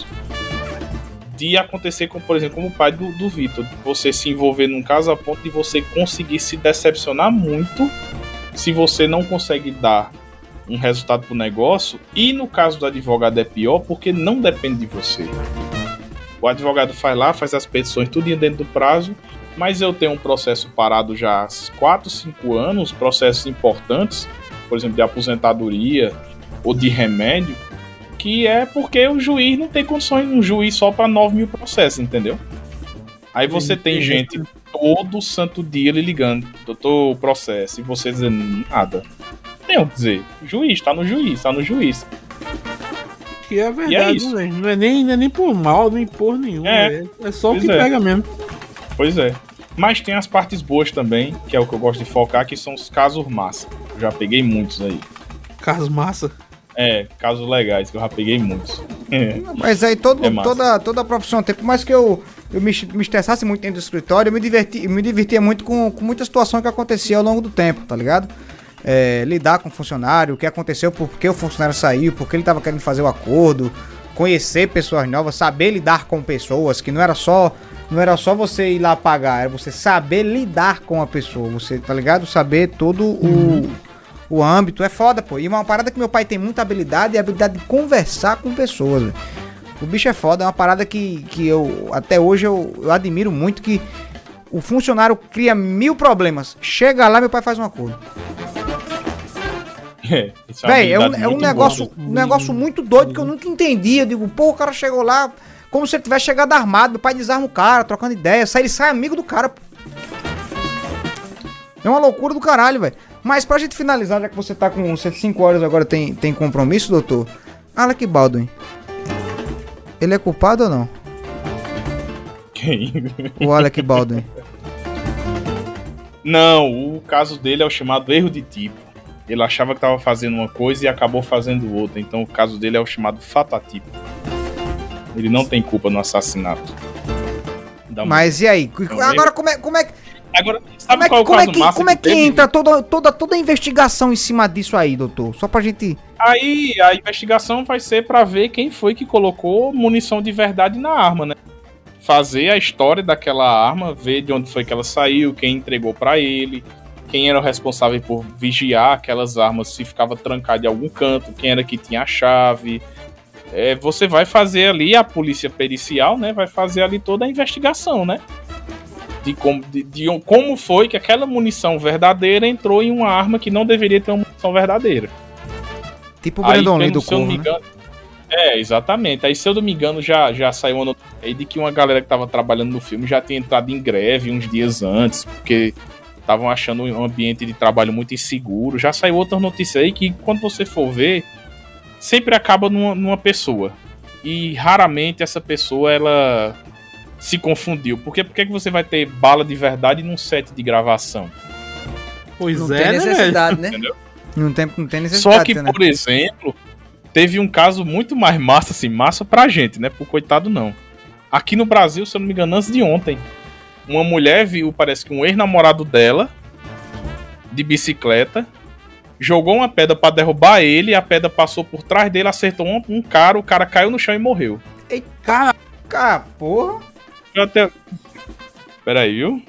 de acontecer, com, por exemplo, como o pai do, do Vitor, de você se envolver num caso a ponto de você conseguir se decepcionar muito se você não consegue dar um resultado pro negócio, e no caso do advogado é pior porque não depende de você. O advogado faz lá, faz as petições tudo dentro do prazo, mas eu tenho um processo parado já há quatro, cinco anos, processos importantes, por exemplo, de aposentadoria ou de remédio, que é porque o juiz não tem condições, um juiz só para nove mil processos, entendeu? Aí você sim, tem sim. gente todo santo dia lhe ligando, doutor, processo, e você dizendo nada. Tem o que dizer, juiz, tá no juiz, tá no juiz. Que é verdade, é né? Não é nem, não é nem por mal, nem por nenhum. É, é só o que é. pega mesmo. Pois é. Mas tem as partes boas também, que é o que eu gosto de focar, que são os casos massa. Eu já peguei muitos aí. Casos massa? É, casos legais, que eu já peguei muitos. Mas aí todo, é toda, toda a profissão tem, por mais que eu, eu me, me estressasse muito dentro do escritório, eu me, diverti, me divertia muito com, com muita situação que acontecia ao longo do tempo, tá ligado? É, lidar com o funcionário, o que aconteceu, por que o funcionário saiu, por que ele tava querendo fazer o acordo, conhecer pessoas novas, saber lidar com pessoas, que não era só, não era só você ir lá pagar, era você saber lidar com a pessoa, você, tá ligado? Saber todo o... Uhum. O âmbito é foda, pô. E uma parada que meu pai tem muita habilidade é a habilidade de conversar com pessoas, véio. O bicho é foda, é uma parada que, que eu, até hoje, eu, eu admiro muito, que o funcionário cria mil problemas. Chega lá, meu pai faz um acordo. É, véi, é um, é um negócio, um negócio muito doido que eu nunca entendi. Eu digo, pô, o cara chegou lá como se ele tivesse chegado armado. Meu pai desarma o cara, trocando ideia. Sai, ele sai amigo do cara, pô. É uma loucura do caralho, velho. Mas pra gente finalizar, já que você tá com cinco horas agora, tem, tem compromisso, doutor? Alec Baldwin. Ele é culpado ou não? Quem? O Alec Baldwin. Não, o caso dele é o chamado erro de tipo. Ele achava que tava fazendo uma coisa e acabou fazendo outra. Então o caso dele é o chamado fatatipo. Ele não tem culpa no assassinato. Mas e aí? Agora como é, como é que... Agora, sabe como qual é o como caso é que, massa Como é que, que teve, entra toda, toda, toda a investigação em cima disso aí, doutor? Só pra gente... Aí a investigação vai ser pra ver quem foi que colocou munição de verdade na arma, né? Fazer a história daquela arma, ver de onde foi que ela saiu, quem entregou pra ele, quem era o responsável por vigiar aquelas armas, se ficava trancado em algum canto, quem era que tinha a chave. É, você vai fazer ali, a polícia pericial, né? Vai fazer ali toda a investigação, né? De como, de, de como foi que aquela munição verdadeira entrou em uma arma que não deveria ter uma munição verdadeira. Tipo o Aí, Brandon Lee pelo- do se eu não Corvo, me né? engano, é, exatamente. Aí, se eu não me engano, já, já saiu uma notícia aí de que uma galera que tava trabalhando no filme já tinha entrado em greve uns dias antes, porque estavam achando um ambiente de trabalho muito inseguro. Já saiu outra notícia aí que, quando você for ver, sempre acaba numa, numa pessoa. E raramente essa pessoa, ela se confundiu. Porque por que que você vai ter bala de verdade num set de gravação? Pois Não é, tem né, velho? necessidade, né? Entendeu? Não tem, não tem necessidade. Só que, né? por exemplo, teve um caso muito mais massa, assim, massa pra gente, né? Pro coitado não. Aqui no Brasil, se eu não me engano, antes de ontem, uma mulher viu, parece que um ex-namorado dela, de bicicleta, jogou uma pedra pra derrubar ele, a pedra passou por trás dele, acertou um, um cara, o cara caiu no chão e morreu. Cara, Cara, porra. Eu até... Pera aí, viu?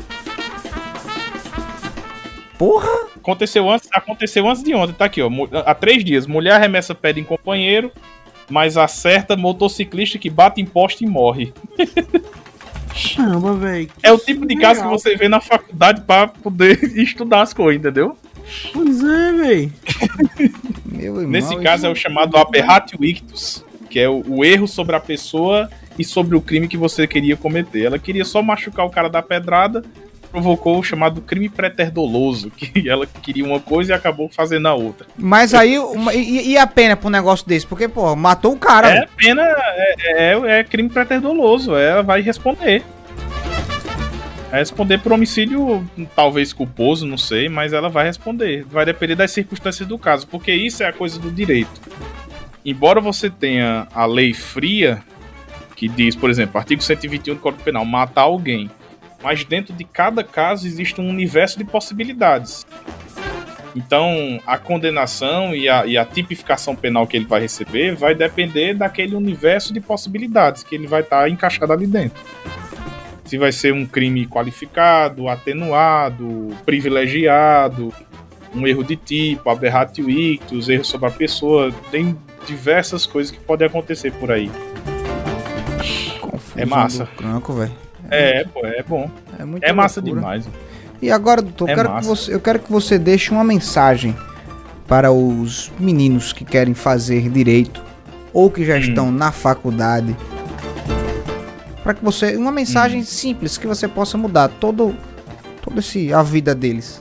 Porra. Aconteceu antes, aconteceu antes de ontem, tá aqui, ó. Mu- Há três dias, mulher arremessa pedra em companheiro, mas acerta motociclista que bate em poste e morre. caramba, velho. É o tipo de caso que você vê na faculdade pra poder estudar as coisas, entendeu? Pois é, velho. Meu irmão. Nesse isso- caso é o chamado aberratio ictus, que é o, o erro sobre a pessoa e sobre o crime que você queria cometer. Ela queria só machucar o cara da pedrada, provocou o chamado crime preterdoloso, que ela queria uma coisa e acabou fazendo a outra. Mas aí, uma- e, e a pena pro negócio desse? Porque, pô, matou o cara. É velho. pena, é, é, é crime preterdoloso, ela vai responder. Vai responder por homicídio, talvez culposo, não sei, mas ela vai responder. Vai depender das circunstâncias do caso, porque isso é a coisa do direito. Embora você tenha a lei fria, que diz, por exemplo, artigo cento e vinte e um do Código Penal, matar alguém, mas dentro de cada caso existe um universo de possibilidades. Então, a condenação e a, e a tipificação penal que ele vai receber vai depender daquele universo de possibilidades que ele vai estar encaixado ali dentro. Se vai ser um crime qualificado, atenuado, privilegiado, um erro de tipo, aberratio ictus, erro sobre a pessoa, tem diversas coisas que podem acontecer por aí. Confusão é massa. do Cranco, velho. É, pô, é bom. É, muita É massa loucura. demais. E agora, doutor, É eu, quero que massa. você, eu quero que você deixe uma mensagem para os meninos que querem fazer direito ou que já Hum. estão na faculdade. Para que você. Uma Hum. mensagem simples que você possa mudar todo, todo esse, a vida deles.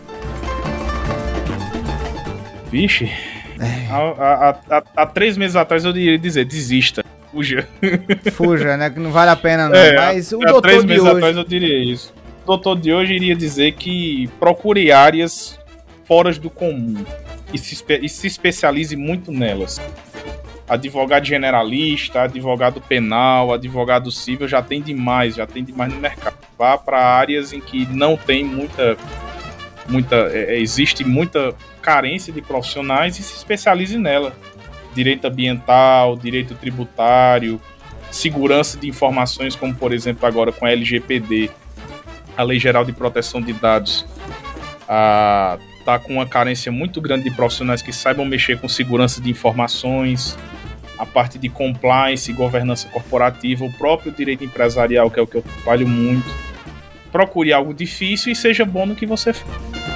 Vixe. É. Há, há- há- há três meses atrás eu iria dizer, desista. Fuja. Fuja, né? Que não vale a pena, não. É, Mas o há doutor três de meses hoje. atrás eu diria isso. O doutor de hoje iria dizer que procure áreas fora do comum e se, espe- e se especialize muito nelas. Advogado generalista, advogado penal, advogado civil já tem demais, já tem demais no mercado. Vá para áreas em que não tem muita, muita, é, é, existe muita carência de profissionais e se especialize nela. Direito ambiental, direito tributário, segurança de informações, como por exemplo agora com a L G P D, a Lei Geral de Proteção de Dados, a, tá com uma carência muito grande de profissionais que saibam mexer com segurança de informações, a parte de compliance e governança corporativa, o próprio direito empresarial, que é o que eu trabalho muito. Procure algo difícil e seja bom no que você faz.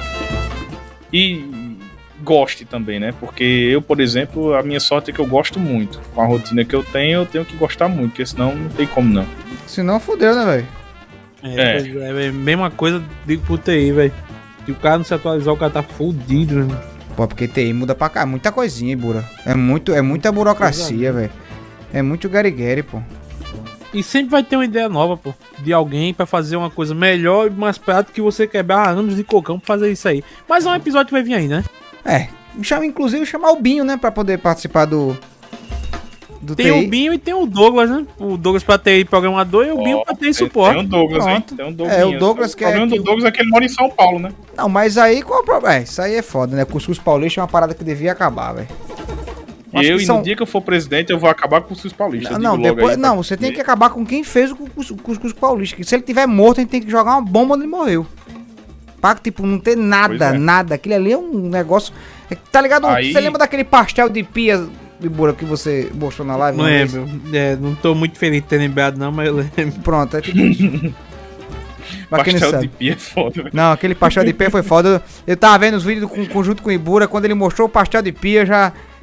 E goste também, né? Porque eu, por exemplo, a minha sorte é que eu gosto muito. Com a rotina que eu tenho, eu tenho que gostar muito, porque senão não tem como não. Senão fudeu, né, velho? É, É. pois é, velho. Mesma coisa, digo pro T I, velho. Se o cara não se atualizar, o cara tá fudido, né? Pô, porque T I muda pra cá. Muita coisinha, Bura. É, muito, é muita burocracia, velho. É muito guerigueri, pô. E sempre vai ter uma ideia nova, pô. De alguém pra fazer uma coisa melhor e mais prática que você quebrar anos de cocão pra fazer isso aí. Mas é um episódio que vai vir aí, né? É. Chama, inclusive chamar o Binho, né? Pra poder participar do. Do Tem T I. o Binho e tem o Douglas, né? O Douglas pra T I programador e o Binho pra T I Tem, suporte. tem o Douglas, hein? Pronto. Tem o É, Douglas. o Douglas que é O problema que do o- Douglas é que ele mora em São Paulo, né? Não, mas aí qual é o problema? É, isso aí é foda, né? Cuscuz paulista é uma parada que devia acabar, velho. Acho Eu, que e são- no dia que eu for presidente, eu vou acabar com os seus paulistas. Não, eu não, digo logo depois, aí, não, pra você tem ver. que acabar com quem fez o cus- o cuscuz paulista. Que se ele tiver morto, a gente tem que jogar uma bomba onde ele morreu. Pra, tipo, não ter nada, Pois é. nada. Aquilo ali é um negócio. é- tá ligado? Aí- Você lembra daquele pastel de pia de bura que você mostrou na live? Não uma vez? lembro. É, não tô muito feliz de ter lembrado, não, mas eu lembro. Pronto, é tipo isso. Pra quem não Pastel sabe. de pia é foda, velho. Não, aquele pastel de pia foi foda. Eu, eu tava vendo os vídeos com, conjunto com o Ibura, quando ele mostrou o pastel de pia, já.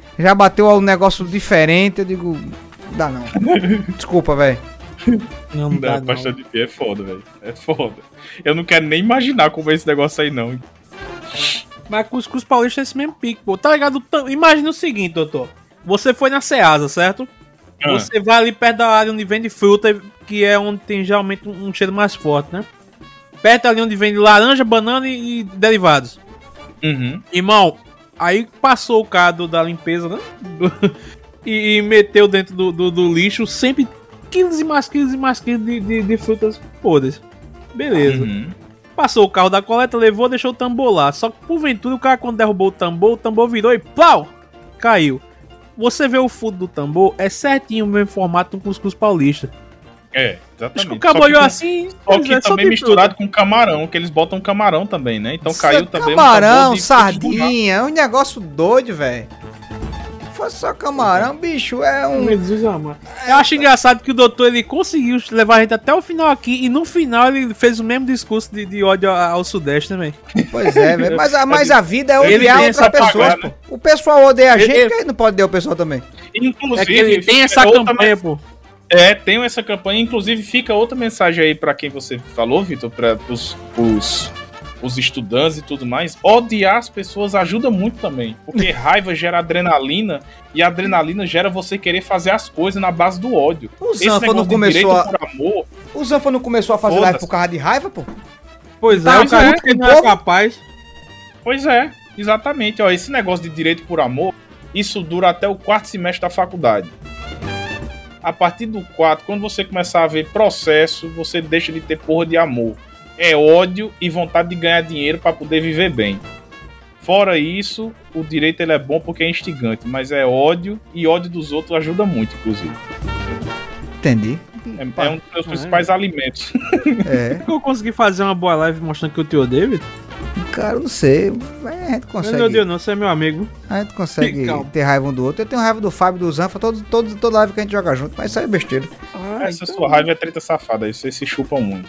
Já bateu um negócio diferente, eu digo, dá não. Desculpa, velho. Não dá, Não, não. pasta de pia é foda, velho. É foda. Eu não quero nem imaginar como é esse negócio aí, não. Mas cuscuz paulista é esse mesmo pique, pô. Tá ligado? Imagina o seguinte, doutor. Você foi na Ceasa, certo? Ah. Você vai ali perto da área onde vende fruta, que é onde tem geralmente um um cheiro mais forte, né? Perto ali onde vende laranja, banana e, e derivados. Uhum. Irmão, aí passou o cara do- da limpeza, né? Do- e, e meteu dentro do, do- do lixo sempre quilos e mais quilos e mais quilos de, de- de frutas podres. Beleza. Uhum. Passou o carro da coleta, levou, deixou o tambor lá. Só que porventura o cara quando derrubou o tambor, o tambor virou e plau! Caiu. Você vê o fundo do tambor, é certinho o mesmo formato do cuscuz paulista. É, exatamente. Acho que o cabo Só que olhou com- assim. Só pois que é, também tem misturado com camarão, que eles botam camarão também, né? Então Isso caiu é também camarão, um sabor de- sardinha, é um negócio doido, velho. Foi só camarão, bicho, é tudo. um... Jesus amado. Eu acho engraçado que o doutor ele conseguiu levar a gente até o final aqui e no final ele fez o mesmo discurso de, de ódio ao, ao Sudeste também. Pois é, velho. Mas, a- mas a vida é Ele odiar tem outras essa pessoas, pagar, pô. O pessoal odeia a Ele- gente, ele- que aí não pode odiar o pessoal também. Inclusive, É que ele tem essa é outra campanha, men- pô. É, tem essa campanha. Inclusive, fica outra mensagem aí pra quem você falou, Vitor, para os, os, os estudantes e tudo mais. Odiar as pessoas ajuda muito também. Porque raiva gera adrenalina e a adrenalina gera você querer fazer as coisas na base do ódio. O Esse Zanfa não negócio de começou direito a... por amor, O Zanfa não começou a fazer Foda-se. live por causa de raiva, pô? Pois Tá, é, o mas cara é, que com não o é povo- capaz. Pois é, exatamente. Ó, esse negócio de direito por amor, isso dura até o quarto semestre da faculdade. A partir do quarto, quando você começar a ver processo, você deixa de ter porra de amor. É ódio e vontade de ganhar dinheiro pra poder viver bem. Fora isso, o direito ele é bom porque é instigante, mas é ódio e ódio dos outros ajuda muito, inclusive. Entendi. É, é um dos meus principais alimentos. É. Eu consegui fazer uma boa live mostrando que eu te odeio, Vitor? Cara, eu não sei. Mas a gente Eu não consegue. odeio não, você é meu amigo. A gente consegue Calma. ter raiva um do outro. Eu tenho raiva do Fábio e do Zanfa, todo, todo, toda live que a gente joga junto, mas isso aí é besteira. Ah, Essa então- sua raiva é treta safada, aí vocês se chupam muito.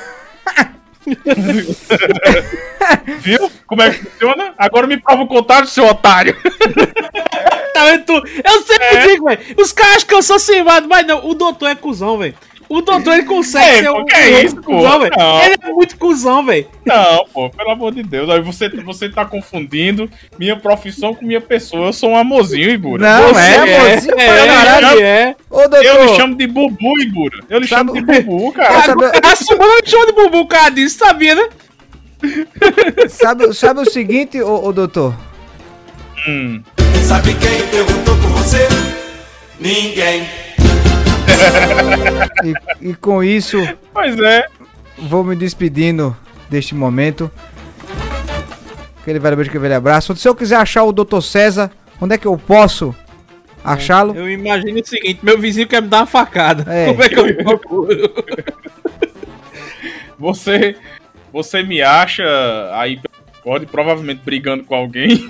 Viu? Como é que funciona? Agora me prova o contrário, seu otário. Tá vendo tu? Eu sempre digo, velho. Os caras acham que eu sou cimado, mas não. O doutor é cuzão, velho. O doutor ele consegue É, ser pô, um, que é um isso, pô? cuzão, velho. Não. Ele é muito cuzão, velho. Não, pô, pelo amor de Deus. Aí você, você tá confundindo minha profissão com minha pessoa. Eu sou um amorzinho, Ibura. Não, Você é, é, mozinho pra é, caralho. ele é. Ô, Eu lhe doutor, chamo de Bubu, Ibura. Eu lhe Sabe- chamo de Bubu, cara. Essa- Agora, a semana me chama de bubu, o cara disse, sabia, né? sabe, sabe o seguinte, ô, ô doutor? Hum. Sabe quem perguntou por você? Ninguém. E, e com isso, Pois é. vou me despedindo deste momento. Aquele velho beijo, aquele velho abraço. Se eu quiser achar o doutor César, onde é que eu posso achá-lo? Eu imagino o seguinte, meu vizinho quer me dar uma facada. É. Como é que eu me procuro? Você, você me acha aí, pode provavelmente brigando com alguém.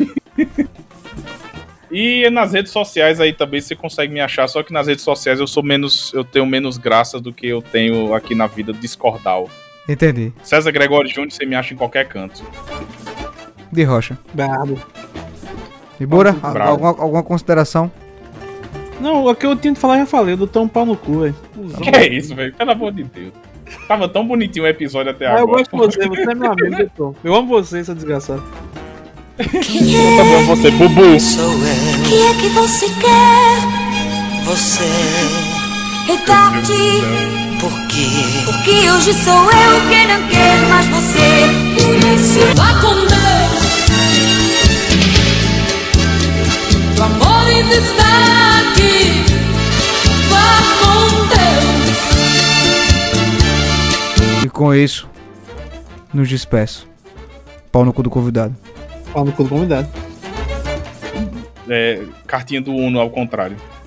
E nas redes sociais aí também você consegue me achar, só que nas redes sociais eu sou menos, eu tenho menos graça do que eu tenho aqui na vida discordal. Entendi. César Gregório Júnior você me acha em qualquer canto. De rocha. Brabo. E Bura, Bravo. a- alguma, alguma consideração? Não, o que eu tinha que falar já falei, eu dou tão um pau no cu, velho. Que é isso, velho? Pelo amor de Deus. Tava tão bonitinho o episódio até Ah, eu agora. gosto de você, você é meu amigo, doutor. Eu amo você, seu desgraçado. Tá bom, você, Bubu. Sou eu, O que é que você quer? você, É tarde, por quê? porque hoje sou eu quem não quer mais você. Por isso, vá com Deus. O amor ainda está aqui. Vá com Deus. E com isso, nos despeço. Pau no cu do convidado. Fala no cu do convidado. É, cartinha do Uno ao contrário.